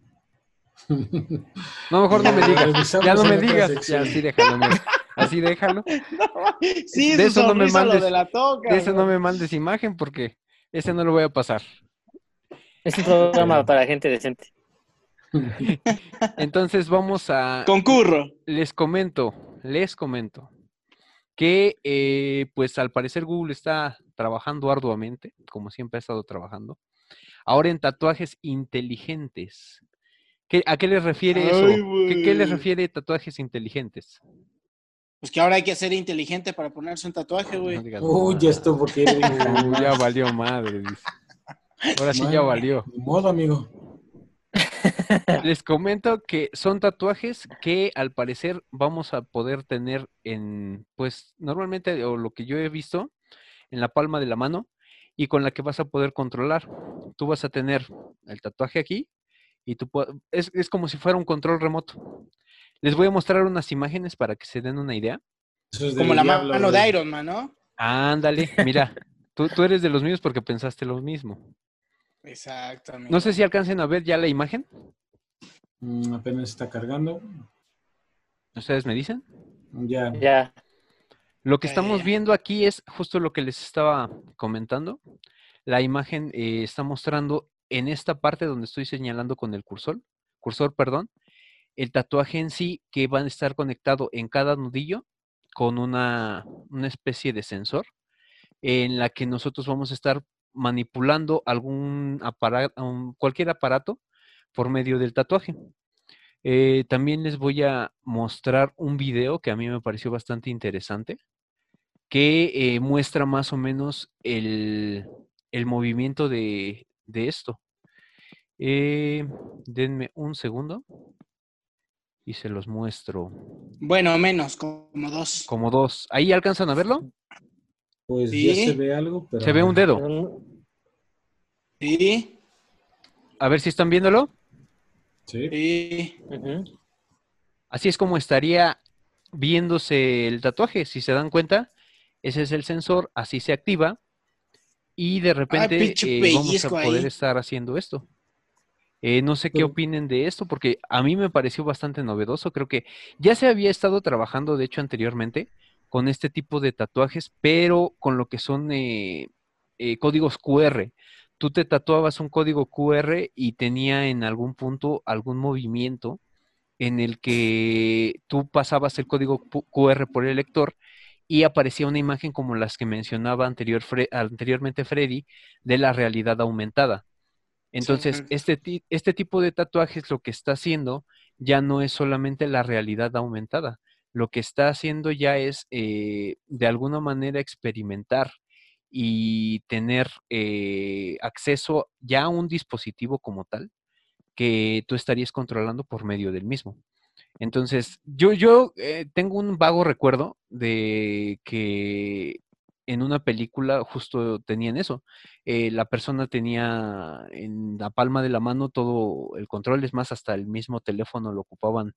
No, mejor no me Lo digas. revisamos Ya no en me otra digas. Ya, sección. así déjalo, mira. Así déjalo. No, sí, De su eso no me sonrisa lo mandes. delató, De eso no cabrón. me mandes imagen porque ese no lo voy a pasar. Es un programa para gente decente. Entonces vamos a... Concurro. Les comento que pues al parecer Google está trabajando arduamente, como siempre ha estado trabajando, ahora en tatuajes inteligentes. ¿A qué les refiere eso? Ay, ¿Qué les güey. refiere tatuajes inteligentes? Pues que ahora hay que ser inteligente para ponerse un tatuaje, No güey. digas Uy, ya mamadas. estuvo que Irving jamás. Ya valió madre, dice. Ahora sí ya Bueno, valió. ni modo, amigo. Les comento que son tatuajes que al parecer vamos a poder tener en, pues normalmente, o lo que yo he visto, en la palma de la mano y con la que vas a poder controlar. Tú vas a tener el tatuaje aquí y es como si fuera un control remoto. Les voy a mostrar unas imágenes para que se den una idea. Eso es Como del la diablo, mano güey. de Iron Man, ¿no? Ándale, mira, tú eres de los míos porque pensaste lo mismo. Exacto, amigo. No sé si alcancen a ver ya la imagen. Apenas está cargando. ¿Ustedes me dicen? Ya. Ya. Lo que Ya, estamos ya. viendo aquí es justo lo que les estaba comentando. La imagen está mostrando en esta parte donde estoy señalando con el cursor, perdón, el tatuaje en sí que va a estar conectado en cada nudillo con una especie de sensor en la que nosotros vamos a estar manipulando algún aparato, cualquier aparato por medio del tatuaje. También les voy a mostrar un video que a mí me pareció bastante interesante, que muestra más o menos el movimiento de esto. Denme un segundo y se los muestro. Bueno, menos, como dos. Como dos. ¿Ahí alcanzan a verlo? Pues Sí. ya se ve algo, pero. Se ve un dedo. Sí, A ver si están viéndolo. Sí. sí. Ujú. Así es como estaría viéndose el tatuaje. Si se dan cuenta, ese es el sensor, así se activa y de Ay, repente pinche vamos a pellizco poder ahí. estar haciendo esto. No sé qué Pero- opinen de esto, porque a mí me pareció bastante novedoso. Creo que ya se había estado trabajando, de hecho, anteriormente con este tipo de tatuajes, pero con lo que son códigos QR. Tú te tatuabas un código QR y tenía en algún punto algún movimiento en el que tú pasabas el código QR por el lector y aparecía una imagen como las que mencionaba anteriormente Freddy de la realidad aumentada. Entonces, Sí. este tipo de tatuajes lo que está haciendo ya no es solamente la realidad aumentada, lo que está haciendo ya es de alguna manera experimentar y tener acceso ya a un dispositivo como tal que tú estarías controlando por medio del mismo. Entonces, yo tengo un vago recuerdo de que en una película justo tenían eso. La persona tenía en la palma de la mano todo el control, es más, hasta el mismo teléfono lo ocupaban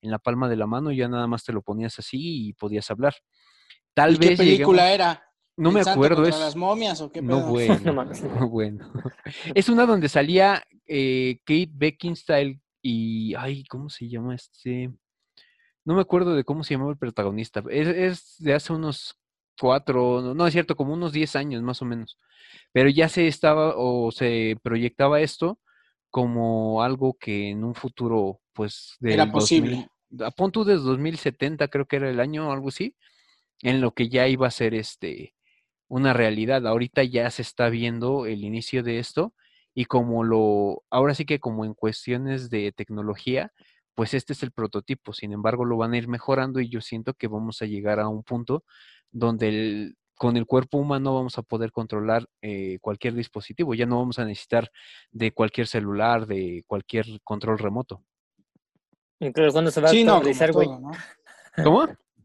en la palma de la mano, y ya nada más te lo ponías así y podías hablar. Tal ¿Y qué vez película lleguemos, era? no ¿El me santo acuerdo, contra es, las momias o qué no pedo? No bueno, mames. no bueno. Es una donde salía Kate Beckinsale y, ay, ¿cómo se llama este? No me acuerdo de cómo se llamaba el protagonista. Es de hace unos 4, no es cierto, como unos 10 años más o menos. Pero ya se estaba o se proyectaba esto como algo que en un futuro, pues Era del posible. 2000, a punto de 2070 creo que era el año o algo así, en lo que ya iba a ser una realidad. Ahorita ya se está viendo el inicio de esto y ahora sí que como en cuestiones de tecnología, pues este es el prototipo. Sin embargo, lo van a ir mejorando y yo siento que vamos a llegar a un punto donde con el cuerpo humano vamos a poder controlar cualquier dispositivo. Ya no vamos a necesitar de cualquier celular, de cualquier control remoto. Incluso cuando se va a Sí, no, como actualizar, güey. todo, ¿no? ¿Cómo?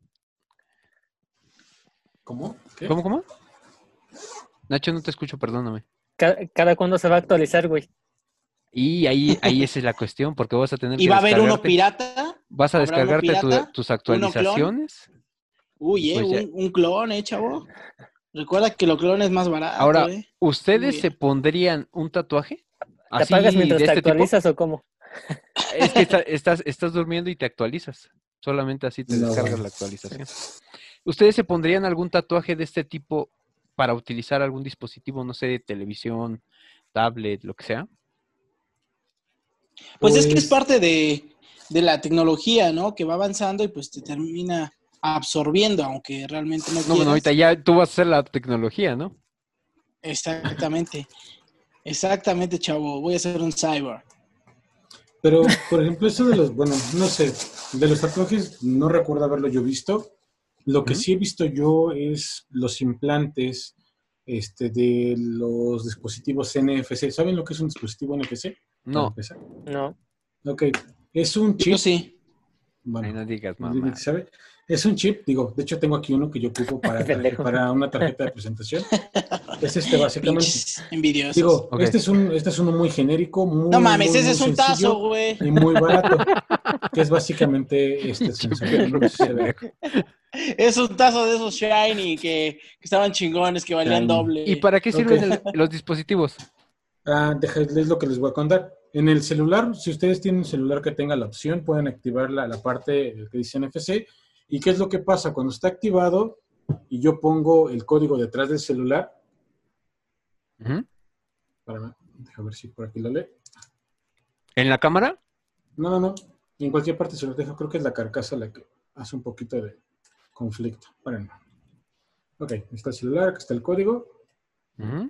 ¿Cómo? ¿Qué? ¿Cómo? Nacho, no te escucho, perdóname. Cada cuándo se va a actualizar, güey. Y ahí esa es la cuestión, porque vas a tener ¿Y que va a haber uno descargarte. pirata? Vas a ¿Habrá uno descargarte pirata? tus ¿Uno clon? actualizaciones y Uy, pues ya. un clon, chavo. Recuerda que lo clon es más barato, Ahora, eh. ¿ustedes Uy, se pondrían un tatuaje ¿Te apagas así mientras de te este tipo? actualizas o cómo? Es que estás durmiendo y te actualizas. Solamente así te No, descargas bueno. la actualización. ¿Ustedes se pondrían algún tatuaje de este tipo para utilizar algún dispositivo, no sé, televisión, tablet, lo que sea? Pues es que es Pues, parte de la tecnología, ¿no? Que va avanzando y pues te termina absorbiendo, aunque realmente no No, bueno, ahorita quieras. ya tú vas a hacer la tecnología, ¿no? Exactamente, exactamente, chavo. Voy a ser un cyber. pero, por ejemplo, eso de bueno, no sé, de los tatuajes, no recuerdo haberlo yo visto. Lo que Ujú. sí he visto yo es los implantes de los dispositivos NFC. ¿Saben lo que es un dispositivo NFC? Para No, empezar. No. Ok, es un Yo chip. sí. ahí Bueno, no digas dime mamá. si sabe. Es un chip, digo, de hecho tengo aquí uno que yo ocupo Pendejo. para una tarjeta de presentación. Es básicamente. Pinches envidiosos. Digo, Ok. este es uno muy genérico, No muy, mames, muy, ese muy es un tazo, sencillo güey. y muy barato, que es básicamente este Pinche sensor. perro No sé si se ve. pendejo. Es un tazo de esos shiny que estaban chingones, que valían Shiny. ¿Y doble. para qué Ok. sirven los dispositivos? Déjenles lo que les voy a contar. En el celular, si ustedes tienen un celular que tenga la opción, pueden activar la parte que dice NFC. ¿Y qué es lo que pasa? Cuando está activado y yo pongo el código detrás del celular, Ujú. déjame ver si por aquí lo lee. ¿En la cámara? No, no, no. En cualquier parte se los dejo. Creo que es la carcasa la que hace un poquito de conflicto. Bueno, ok, está el celular, aquí está el código. Ujú.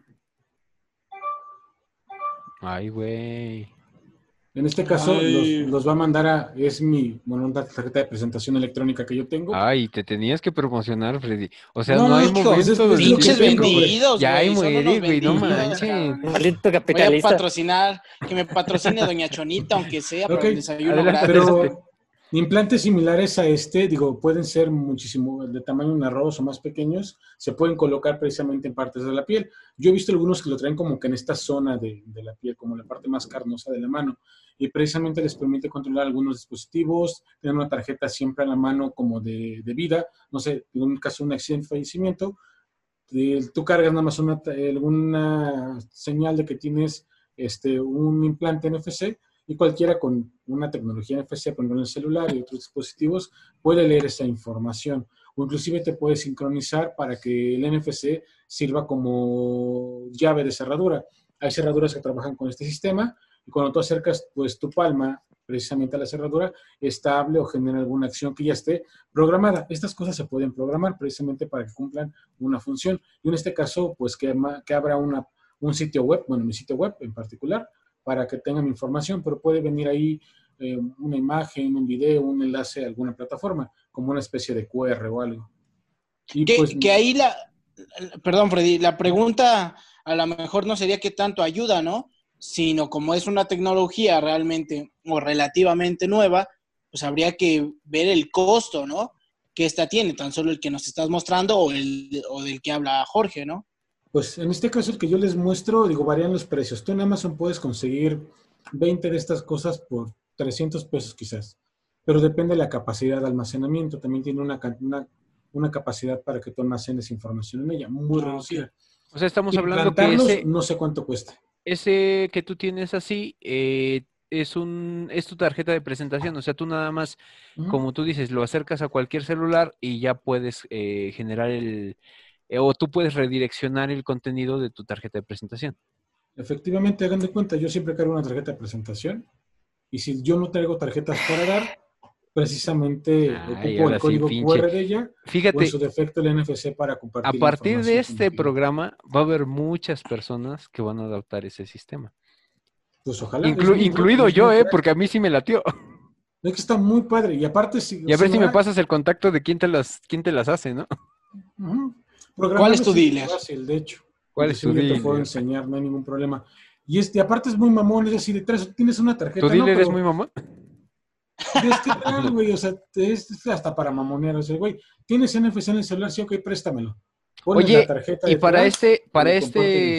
Ay, güey. En este caso, Ay, los va a mandar bueno, una tarjeta de presentación electrónica que yo tengo. Ay, te tenías que promocionar, Freddy. O No, sea, no, no hay no, hijos, momento es donde lo que pinches tienes que tengo, güey. vendidos, Ya hay güey. Son unos muere, güey, no vendidos, manchen. cabrones. Maldito Voy a capitalista. patrocinar, que me patrocine Doña Chonita, aunque sea, Ok, para un desayuno Adelante, gratis. adelante. pero implantes similares a digo, pueden ser muchísimo de tamaño de un arroz o más pequeños, se pueden colocar precisamente en partes de la piel. Yo he visto algunos que lo traen como que en esta zona de la piel, como la parte más carnosa de la mano, y precisamente les permite controlar algunos dispositivos, tener una tarjeta siempre a la mano como de vida, no sé, en un caso de un accidente, fallecimiento, tú cargas nada más alguna señal de que tienes un implante NFC y cualquiera con una tecnología NFC, por ejemplo en el celular y otros dispositivos, puede leer esa información. O inclusive te puede sincronizar para que el NFC sirva como llave de cerradura. Hay cerraduras que trabajan con este sistema y cuando tú acercas pues tu palma precisamente a la cerradura, estable o genera alguna acción que ya esté programada. Estas cosas se pueden programar precisamente para que cumplan una función. Y en este caso, pues que abra un sitio web, bueno, mi sitio web en particular, para que tengan información, pero puede venir ahí una imagen, un video, un enlace a alguna plataforma, como una especie de QR o algo. Y pues, Que ahí perdón, Freddy, la pregunta a lo mejor no sería qué tanto ayuda, ¿no? Sino como es una tecnología realmente o relativamente nueva, pues habría que ver el costo, ¿no? Que esta tiene, tan solo el que nos estás mostrando o del que habla Jorge, ¿no? pues en este caso el que yo les muestro, digo, varían los precios. Tú en Amazon puedes conseguir 20 de estas cosas por 300 pesos quizás. pero depende de la capacidad de almacenamiento. También tiene una capacidad para que tú almacenes información en ella, muy reducida. O sea, estamos hablando que Implantarlos, no sé cuánto cuesta. ese que tú tienes así es tu tarjeta de presentación. O sea, tú nada más, como tú dices, lo acercas a cualquier celular y ya puedes generar o tú puedes redireccionar el contenido de tu tarjeta de presentación. Efectivamente, hagan de cuenta, yo siempre cargo una tarjeta de presentación y si yo no traigo tarjetas para dar, precisamente ocupo el código QR de ella. Fíjate, o en su defecto el NFC para compartir. A partir de este programa va a haber muchas personas que van a adoptar ese sistema. Pues ojalá. Incluido yo, porque a mí sí me latió. Es que está muy padre. Y aparte... Y a ver si me pasas el contacto de quién te las hace, ¿no? ¿Cuál es tu dealer? Fácil, de hecho. ¿Cuál es tu dealer? Te puedo enseñar, no hay ningún problema. Y aparte es muy mamón, es decir, tienes una tarjeta... ¿Tu dealer es muy mamón? Es que tal, güey, o sea, es hasta para mamonear, o sea, güey, tienes NFC en el celular, sí, ok, préstamelo. Pones Oye, la tarjeta y para detrás,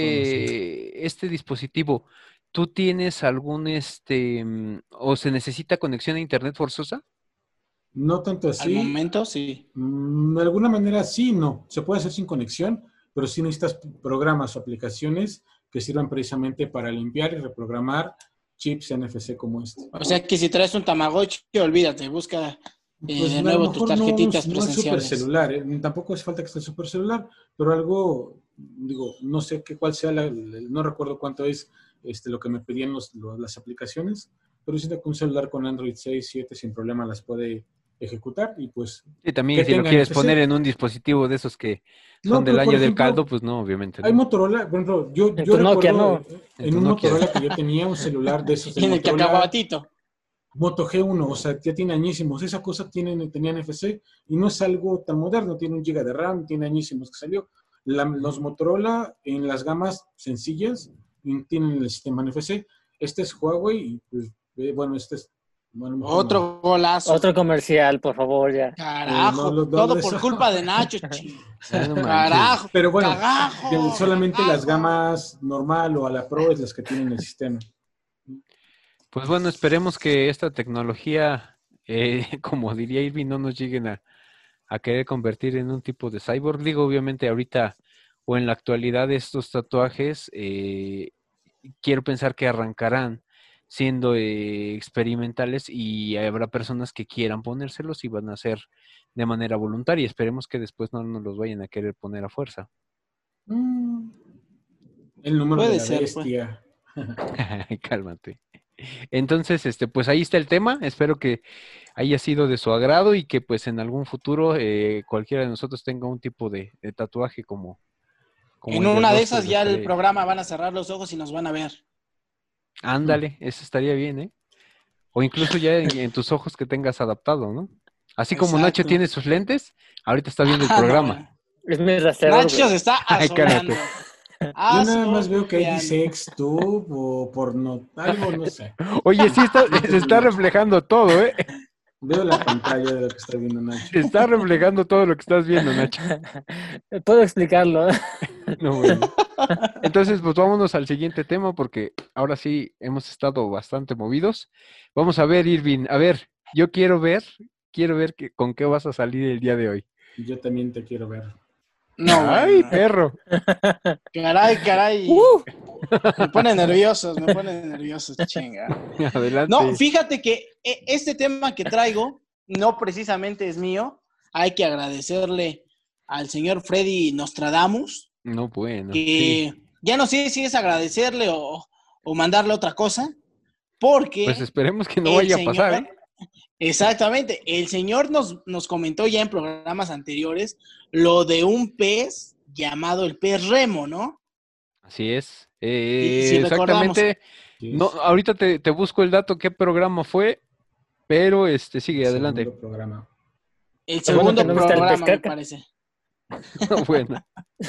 este dispositivo, ¿tú tienes algún, o se necesita conexión a internet forzosa? No tanto así. Al momento, sí. De alguna manera, sí, no. Se puede hacer sin conexión, pero sí necesitas programas o aplicaciones que sirvan precisamente para limpiar y reprogramar chips NFC como este. O sea que si traes un Tamagotchi, olvídate, busca de nuevo tus tarjetitas presenciales. No celular, tampoco hace falta que esté el super celular, pero algo, digo, no sé cuál sea, no recuerdo cuánto es lo que me pedían las aplicaciones, pero siento que un celular con Android 6, 7 sin problema las puede ejecutar y pues... Y también si lo quieres poner en un dispositivo de esos que son del año del caldo, pues no, obviamente. Hay Motorola, por ejemplo, yo recuerdo Nokia, en un Motorola que yo tenía un celular de esos. En el cacahuatito. Moto G1, o sea, ya tiene añísimos. Esa cosa tenía NFC y no es algo tan moderno, tiene 1 GB de RAM, tiene añísimos que salió. Los Motorola en las gamas sencillas tienen el sistema NFC. Este es Huawei y pues, bueno, este es... Bueno, otro golazo. Otro comercial, por favor, ya. Carajo, todo por culpa de Nacho, carajo. Pero bueno, carajo, solamente las gamas normal o a la Pro es las que tienen el sistema. Pues bueno, esperemos que esta tecnología, como diría Irving, no nos lleguen a querer convertir en un tipo de cyborg. Digo, obviamente ahorita o en la actualidad estos tatuajes, quiero pensar que arrancarán siendo experimentales y habrá personas que quieran ponérselos y van a ser de manera voluntaria. Esperemos que después no nos los vayan a querer poner a fuerza. El número de la bestia. Cálmate. Entonces, pues ahí está el tema. Espero que haya sido de su agrado y que pues en algún futuro cualquiera de nosotros tenga un tipo de tatuaje como en una de esas ya el programa van a cerrar los ojos y nos van a ver. Ándale, eso estaría bien, ¿eh? O incluso ya en tus ojos que tengas adaptado, ¿no? Así como Nacho tiene sus lentes, ahorita está viendo el programa. Es mi rastreador. Nacho se está asomando. Yo nada más veo que ahí dice Xtube o porno, algo, no sé. Oye, sí se está reflejando todo, ¿eh? Veo la pantalla de lo que está viendo Nacho. Se está reflejando todo lo que estás viendo, Nacho. Puedo explicarlo. No, bueno. Entonces, pues vámonos al siguiente tema porque ahora sí hemos estado bastante movidos. Vamos a ver, Irving, yo quiero ver con qué vas a salir el día de hoy. Yo también te quiero ver. No, ¡ay, perro! Caray. Me pone nervioso, chinga. Adelante. No, fíjate que este tema que traigo no precisamente es mío. Hay que agradecerle al señor Freddy Nostradamus. No, bueno. Que sí. Ya no sé si es agradecerle o mandarle otra cosa, porque... Pues esperemos que no vaya a pasar, ¿eh? Exactamente. El señor nos comentó ya en programas anteriores lo de un pez llamado el pez remo, ¿no? Así es. Sí, exactamente. No, ahorita te busco el dato, qué programa fue, pero sigue adelante. El segundo programa, me parece. Bueno.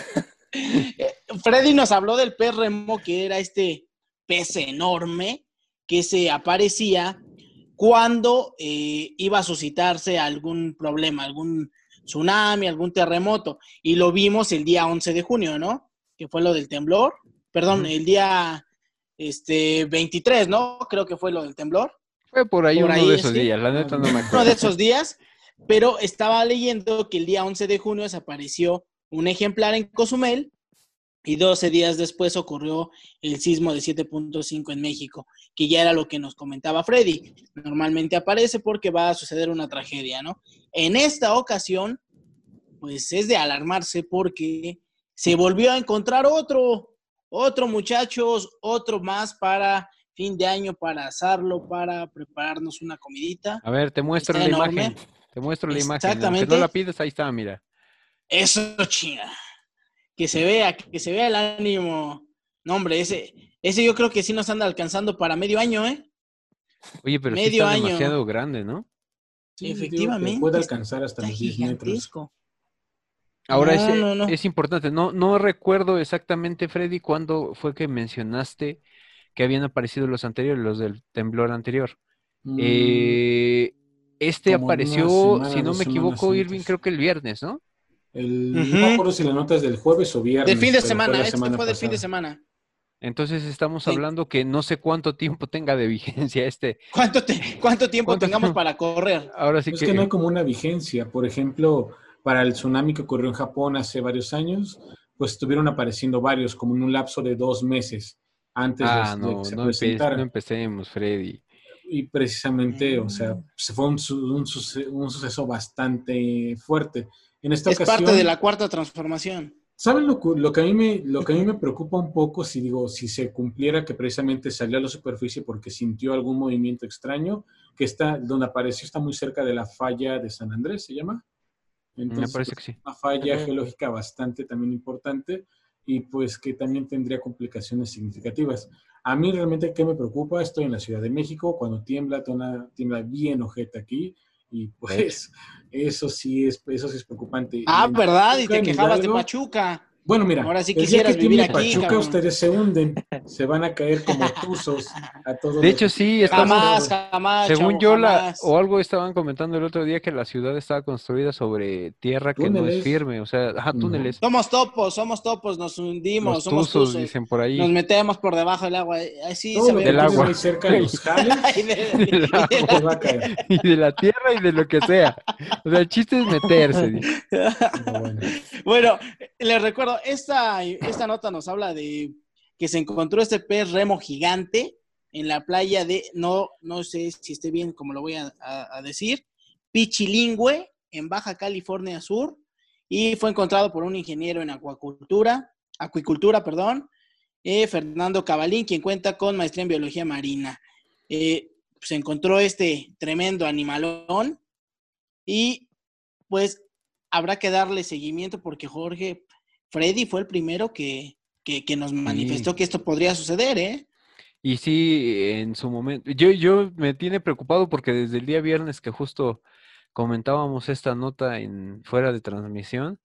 Freddy nos habló del pez remo, que era este pez enorme que se aparecía cuando iba a suscitarse algún problema, algún tsunami, algún terremoto. Y lo vimos el día 11 de junio, ¿no? Que fue lo del temblor. Perdón, el día 23, ¿no? Creo que fue lo del temblor. Fue por ahí Por uno ahí, de esos sí. días, la neta no me Uno acuerdo. de esos días, pero estaba leyendo que el día 11 de junio desapareció un ejemplar en Cozumel y 12 días después ocurrió el sismo de 7.5 en México, que ya era lo que nos comentaba Freddy. Normalmente aparece porque va a suceder una tragedia, ¿no? En esta ocasión, pues es de alarmarse porque se volvió a encontrar otro muchachos, otro más para fin de año, para asarlo, para prepararnos una comidita. A ver, te muestro Está la enorme. imagen. Te muestro la imagen. Aunque no la Exactamente. pides, ahí está, mira. Eso, chinga. Que se vea el ánimo. No, hombre, ese yo creo que sí nos anda alcanzando para medio año, ¿eh? Oye, pero sí Medio está año. demasiado grande, ¿no? Sí, digo que puede Efectivamente, alcanzar hasta está los 10 metros. gigantesco. Ahora, No. es importante. No recuerdo exactamente, Freddy, cuándo fue que mencionaste que habían aparecido los anteriores, los del temblor anterior. Mm, Eh, este Como en una apareció, semana, si no dos me semanas equivoco, Irving, antes. creo que el viernes, ¿no? No me Ujú. acuerdo si la nota es del jueves o Del fin viernes, de pero fue semana, la este semana fue del fin de pasada. semana. Entonces estamos Sí. hablando que no sé cuánto tiempo tenga de vigencia este. ¿Cuánto tiempo ¿Cuánto tengamos tiempo? para correr? Ahora sí Es que no hay que, como una vigencia. Por ejemplo, para el tsunami que ocurrió en Japón hace varios años, pues estuvieron apareciendo varios, como en un lapso de 2 meses antes de que se no presentara. empecemos, Freddy. Y precisamente, o sea, Mm. se fue un suceso bastante fuerte. En esta Es parte de ocasión, la cuarta transformación. ¿saben lo que a mí me preocupa un poco si digo, si se cumpliera que precisamente salió a la superficie porque sintió algún movimiento extraño, que está, donde apareció está muy cerca de la falla de San Andrés, se llama. Me Entonces, parece pues, que sí. una falla Ujú. geológica bastante también importante y pues que también tendría complicaciones significativas. A mí realmente, ¿qué me preocupa? Estoy en la Ciudad de México, cuando tiembla bien ojete aquí y De hecho. pues eso sí es preocupante. Y Ah, en ¿verdad? Y Pachuca, te en quejabas de Hidalgo, Pachuca. bueno, mira, Ahora sí el día que quisieras vivir tiemble aquí, Pachuca, cabrón. ustedes se hunden, se van a caer como tuzos a todos De los hecho, sí, mexicanos. Jamás, estamos, jamás, según chavo, yo, jamás. o algo estaban comentando el otro día que la ciudad estaba construida sobre tierra que no es Túneles, firme, o sea, no. túneles. Somos topos, nos hundimos, Los somos tuzos, tuzos. dicen por Nos ahí, metemos por debajo del agua. Así Todo lo que del sabemos. tienen ahí agua, cerca, los Y jales, de, del y de agua, se la va a caer. y de la tierra y de lo que sea. O sea, el chiste es meterse, dice. No, bueno. Bueno, les recuerdo, esta nota nos habla de que se encontró este pez remo gigante en la playa de, no sé si esté bien como lo voy a decir, Pichilingüe, en Baja California Sur, y fue encontrado por un ingeniero en acuicultura, perdón, Fernando Cabalín, quien cuenta con maestría en biología marina. Se encontró este tremendo animalón y pues habrá que darle seguimiento porque Freddy fue el primero que nos Sí. manifestó que esto podría suceder, ¿eh? Y sí, en su momento, yo me tiene preocupado porque desde el día viernes que justo comentábamos esta nota en fuera de transmisión,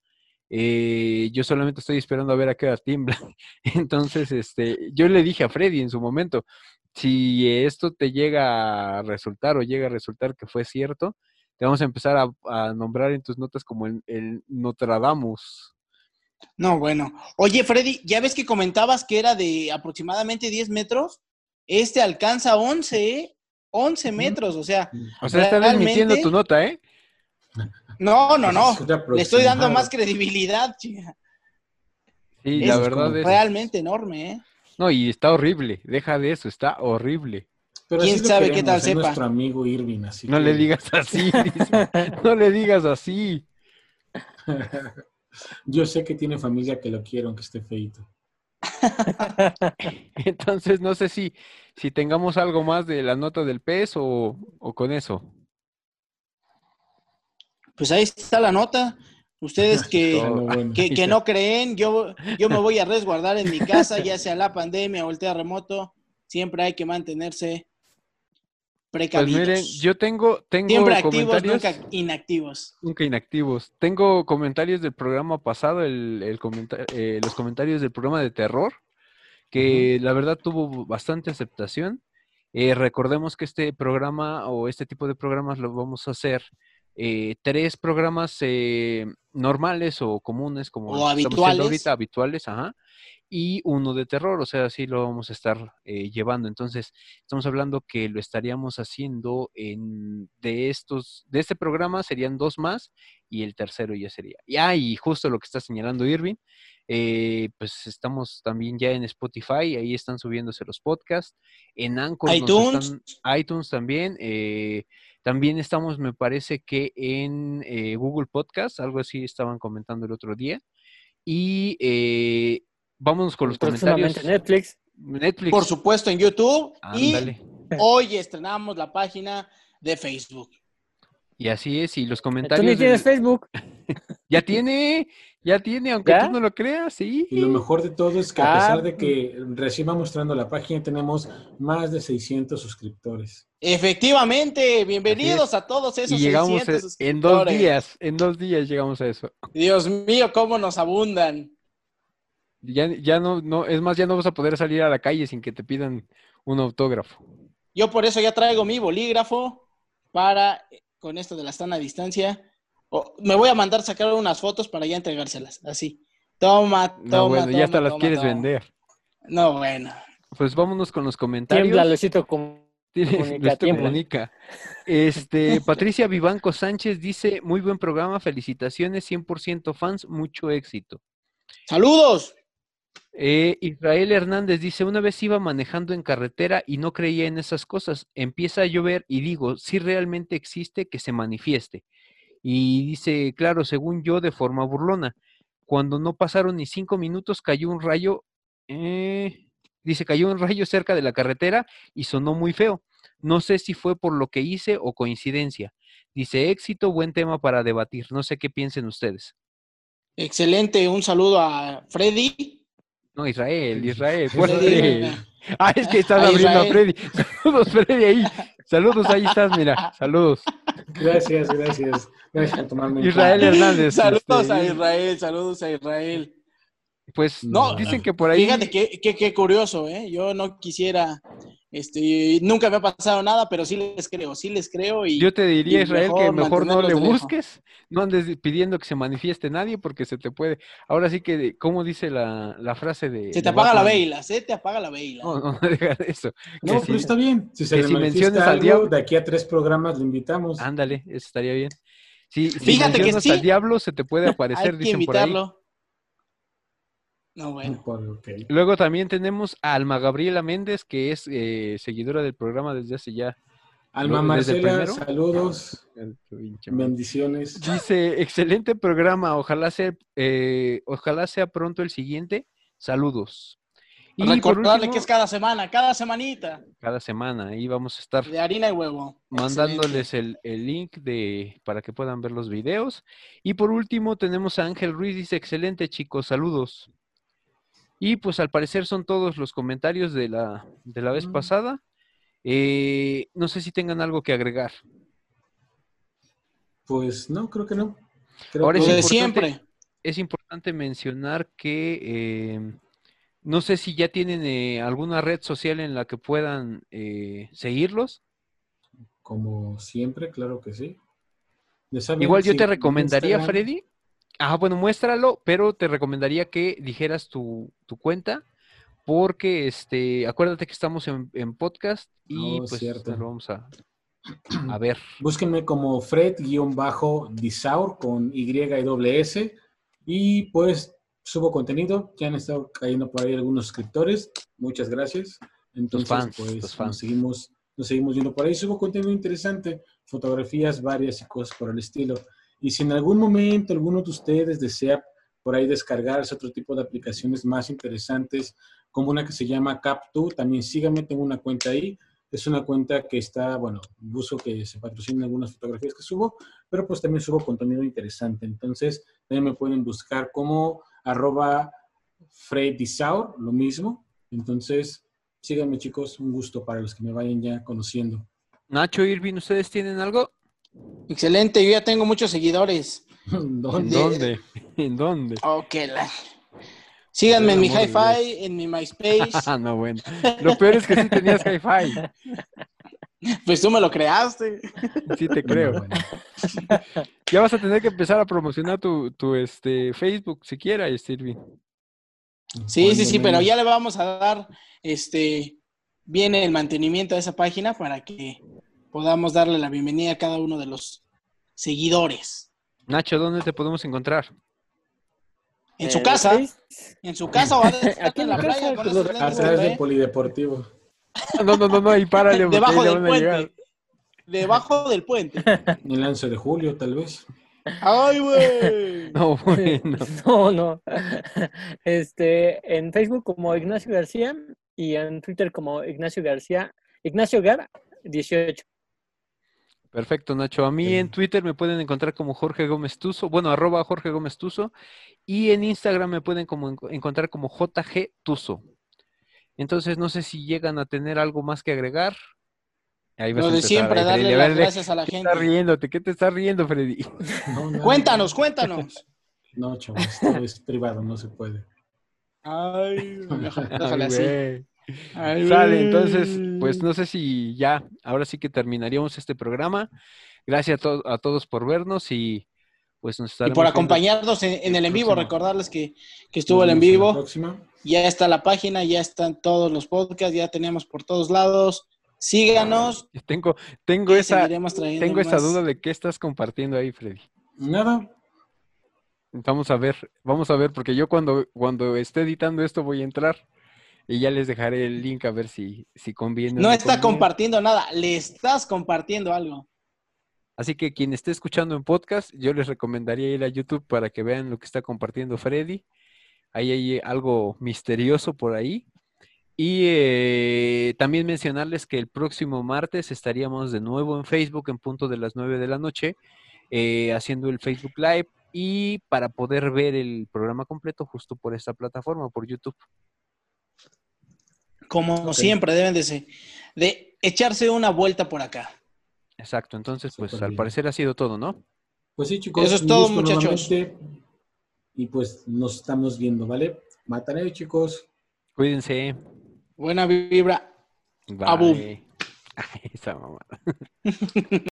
yo solamente estoy esperando a ver a qué hora tiembla. Entonces, yo le dije a Freddy en su momento, si esto te llega a resultar o llega a resultar que fue cierto, te vamos a empezar a nombrar en tus notas como el Nostradamus. No, bueno. Oye, Freddy, ¿ya ves que comentabas que era de aproximadamente 10 metros? Este alcanza 11, ¿eh? 11 metros, o sea, O sea, está desmintiendo tu realmente, nota, ¿eh? Pues es de le estoy dando más aproximado. credibilidad, chica. Sí, la Es Pues verdad como es. pues. realmente enorme, ¿eh? No, y está horrible. Deja de eso, está horrible. Pero así ¿Quién lo sabe qué tal queremos, es sepa? nuestro amigo Irving, así No le que digas así, dice. No le digas así. yo sé que tiene familia que lo quiere, aunque esté feito. Entonces, no sé si tengamos algo más de la nota del pez o con eso. Pues ahí está la nota. Ustedes Eso es A todo. lo bueno. Ahí que está. no creen, yo me voy a resguardar en mi casa, ya sea la pandemia o el terremoto, siempre hay que mantenerse Pues miren, precavidos. yo Siempre tengo activos, nunca comentarios, inactivos. nunca inactivos. Tengo comentarios del programa pasado, los comentarios del programa de terror, Ujú. que la verdad tuvo bastante aceptación. Recordemos que este programa o este tipo de programas lo vamos a hacer 3 programas normales o comunes, como O los que estamos haciendo ahorita, habituales. habituales, ajá. y uno de terror, o sea, así lo vamos a estar llevando. Entonces, estamos hablando que lo estaríamos haciendo de este programa serían 2 más y el tercero ya sería. Y justo lo que está señalando Irving, pues estamos también ya en Spotify, ahí están subiéndose los podcasts, en Anchor iTunes también, también estamos, me parece que en Google Podcast, algo así estaban comentando el otro día. Y vámonos con los comentarios. Netflix. Por supuesto, en YouTube. Ándale. Y hoy estrenamos la página de Facebook. Y así es, y los comentarios. ¿Tú ni tienes Facebook? Ya tiene, aunque tú no lo creas, sí. Y lo mejor de todo es que a pesar de que recién va mostrando la página, tenemos más de 600 suscriptores. No, bienvenidos a todos esos y llegamos 600 suscriptores. en 2 días llegamos a eso. Dios mío, cómo nos abundan. Ya no, es más, ya no vas a poder salir a la calle sin que te pidan un autógrafo. Yo por eso ya traigo mi bolígrafo para, con esto de la sana distancia, me voy a mandar sacar unas fotos para ya entregárselas, así. Toma. Ya hasta las quieres vender. No, bueno. Pues vámonos con los comentarios. Tiembla, Luisito Comunica. Patricia Vivanco Sánchez dice, muy buen programa, felicitaciones, 100% fans, mucho éxito. ¡Saludos! Israel Hernández dice, una vez iba manejando en carretera y no creía en esas cosas. Empieza a llover y digo, si realmente existe, que se manifieste. Y dice, claro, según yo, de forma burlona. Cuando no pasaron ni 5 minutos, cayó un rayo. Cayó un rayo cerca de la carretera y sonó muy feo. No sé si fue por lo que hice o coincidencia. Dice, éxito, buen tema para debatir. No sé qué piensen ustedes. Excelente, un saludo a Freddy. No, Israel. ¿Cuál Freddy? Es que estás abriendo a Freddy. Saludos, Freddy, ahí. Saludos, ahí estás, mira. Saludos. Gracias por tomarme. Israel Hernández. Saludos a Israel. Pues no, dicen que por ahí. Fíjate qué curioso, ¿eh? Yo no quisiera, nunca me ha pasado nada, pero sí les creo. Y yo te diría, Israel, que mejor no le busques, no andes pidiendo que se manifieste nadie, porque se te puede. Ahora sí que, ¿cómo dice la frase de. Se te apaga la veila, No, deja de eso. No, pero está bien. Si se le manifiesta algo, diablo, de aquí a 3 programas lo invitamos. Ándale, eso estaría bien. Si Fíjate que sí. al diablo, se te puede aparecer, dicen invitarlo. Por ahí. No, bueno. Okay. Luego también tenemos a Alma Gabriela Méndez, que es seguidora del programa desde hace ya. Alma Marcela, saludos. Bendiciones. Dice, excelente programa, ojalá sea pronto el siguiente. Saludos. Y recordarle que es cada semanita. Cada semana, ahí vamos a estar. De harina y huevo. Mandándoles el link para que puedan ver los videos. Y por último tenemos a Ángel Ruiz, dice, excelente chicos, saludos. Y pues al parecer son todos los comentarios de la vez pasada. No sé si tengan algo que agregar. Pues no, creo que no. Ahora siempre. Es importante mencionar que no sé si ya tienen alguna red social en la que puedan seguirlos. Como siempre, claro que sí. Igual yo te recomendaría, Freddy. Bueno, muéstralo, pero te recomendaría que dijeras tu cuenta, porque acuérdate que estamos en podcast y pues cierto. Lo vamos a ver. Búsquenme como Fred-Disaur con Y y doble S, y pues subo contenido. Ya han estado cayendo por ahí algunos suscriptores. Muchas gracias. Entonces, nos seguimos viendo por ahí. Subo contenido interesante, fotografías varias y cosas por el estilo. Y si en algún momento alguno de ustedes desea por ahí descargarse otro tipo de aplicaciones más interesantes, como una que se llama Cap2, también síganme, tengo una cuenta ahí. Es una cuenta que está, busco que se patrocinen algunas fotografías que subo, pero pues también subo contenido interesante. Entonces, también me pueden buscar como @FredDisaur, lo mismo. Entonces, síganme chicos, un gusto para los que me vayan ya conociendo. Nacho, Irving, ¿ustedes tienen algo? Excelente, yo ya tengo muchos seguidores. ¿Dónde? ¿En dónde? Ok, síganme en mi Hi-Fi, en mi MySpace. No, bueno. Lo peor es que sí tenías Hi-Fi. Pues tú me lo creaste. Sí te creo. Bueno. Ya vas a tener que empezar a promocionar tu Facebook, siquiera, Irving. Sí, pero menos. ya le vamos a dar bien el mantenimiento a esa página para que podamos darle la bienvenida a cada uno de los seguidores. Nacho, ¿dónde te podemos encontrar? En su En el casa, Face. o ha de estar Aquí en en la mi playa casa, con pues, lo esos lentes Atrás del 3D, polideportivo. No, ahí párale, porque ahí debajo le del van a llegar. puente. Debajo del puente. El lance de julio, tal vez. ¡Ay, güey! No, bueno. No. En Facebook como Ignacio García y en Twitter como Ignacio García, Ignacio Gar 18. Perfecto, Nacho. A mí en Twitter me pueden encontrar como Jorge Gómez Tuzo, bueno, @ Jorge Gómez Tuzo, y en Instagram me pueden encontrar como JG Tuzo. Entonces, no sé si llegan a tener algo más que agregar. Ahí vas Lo a de empezar, siempre, ahí, Freddy. darle A las ver, gracias a la ¿qué te estás gente. riéndote? ¿Qué te estás riendo, Freddy? No, nada. Cuéntanos. No, chavos, todo es privado, no se puede. Ay, mejor Ay, déjale así. güey. Ay, Sale, entonces, pues güey. no sé si ya, ahora sí que terminaríamos este programa. Gracias a todos por vernos y pues nos Y por estaremos viendo acompañarnos en el el en vivo, próximo. recordarles que Nos estuvo el en vemos en la vivo. próxima. Ya está la página, ya están todos los podcasts, ya tenemos por todos lados. Síganos, Tengo que seguiremos trayendo esa duda más. de qué estás compartiendo ahí, Freddy. Nada. Vamos a ver, porque yo cuando esté editando esto voy a entrar y ya les dejaré el link a ver si conviene o No no está conviene. compartiendo nada, le estás compartiendo algo. Así que quien esté escuchando en podcast, yo les recomendaría ir a YouTube para que vean lo que está compartiendo Freddy. Ahí hay algo misterioso por ahí. Y también mencionarles que el próximo martes estaríamos de nuevo en Facebook en punto de las 9 de la noche, haciendo el Facebook Live y para poder ver el programa completo justo por esta plataforma, por YouTube. Como siempre, deben de echarse una vuelta por acá. Exacto, entonces pues Súper al bien. parecer ha sido todo, ¿no? Pues sí, Eso chicos, es un todo, gusto muchachos. nuevamente. Y pues nos estamos viendo, ¿vale? Mataré, chicos. Cuídense. Buena vibra. Abu. Bye. Esa mamá.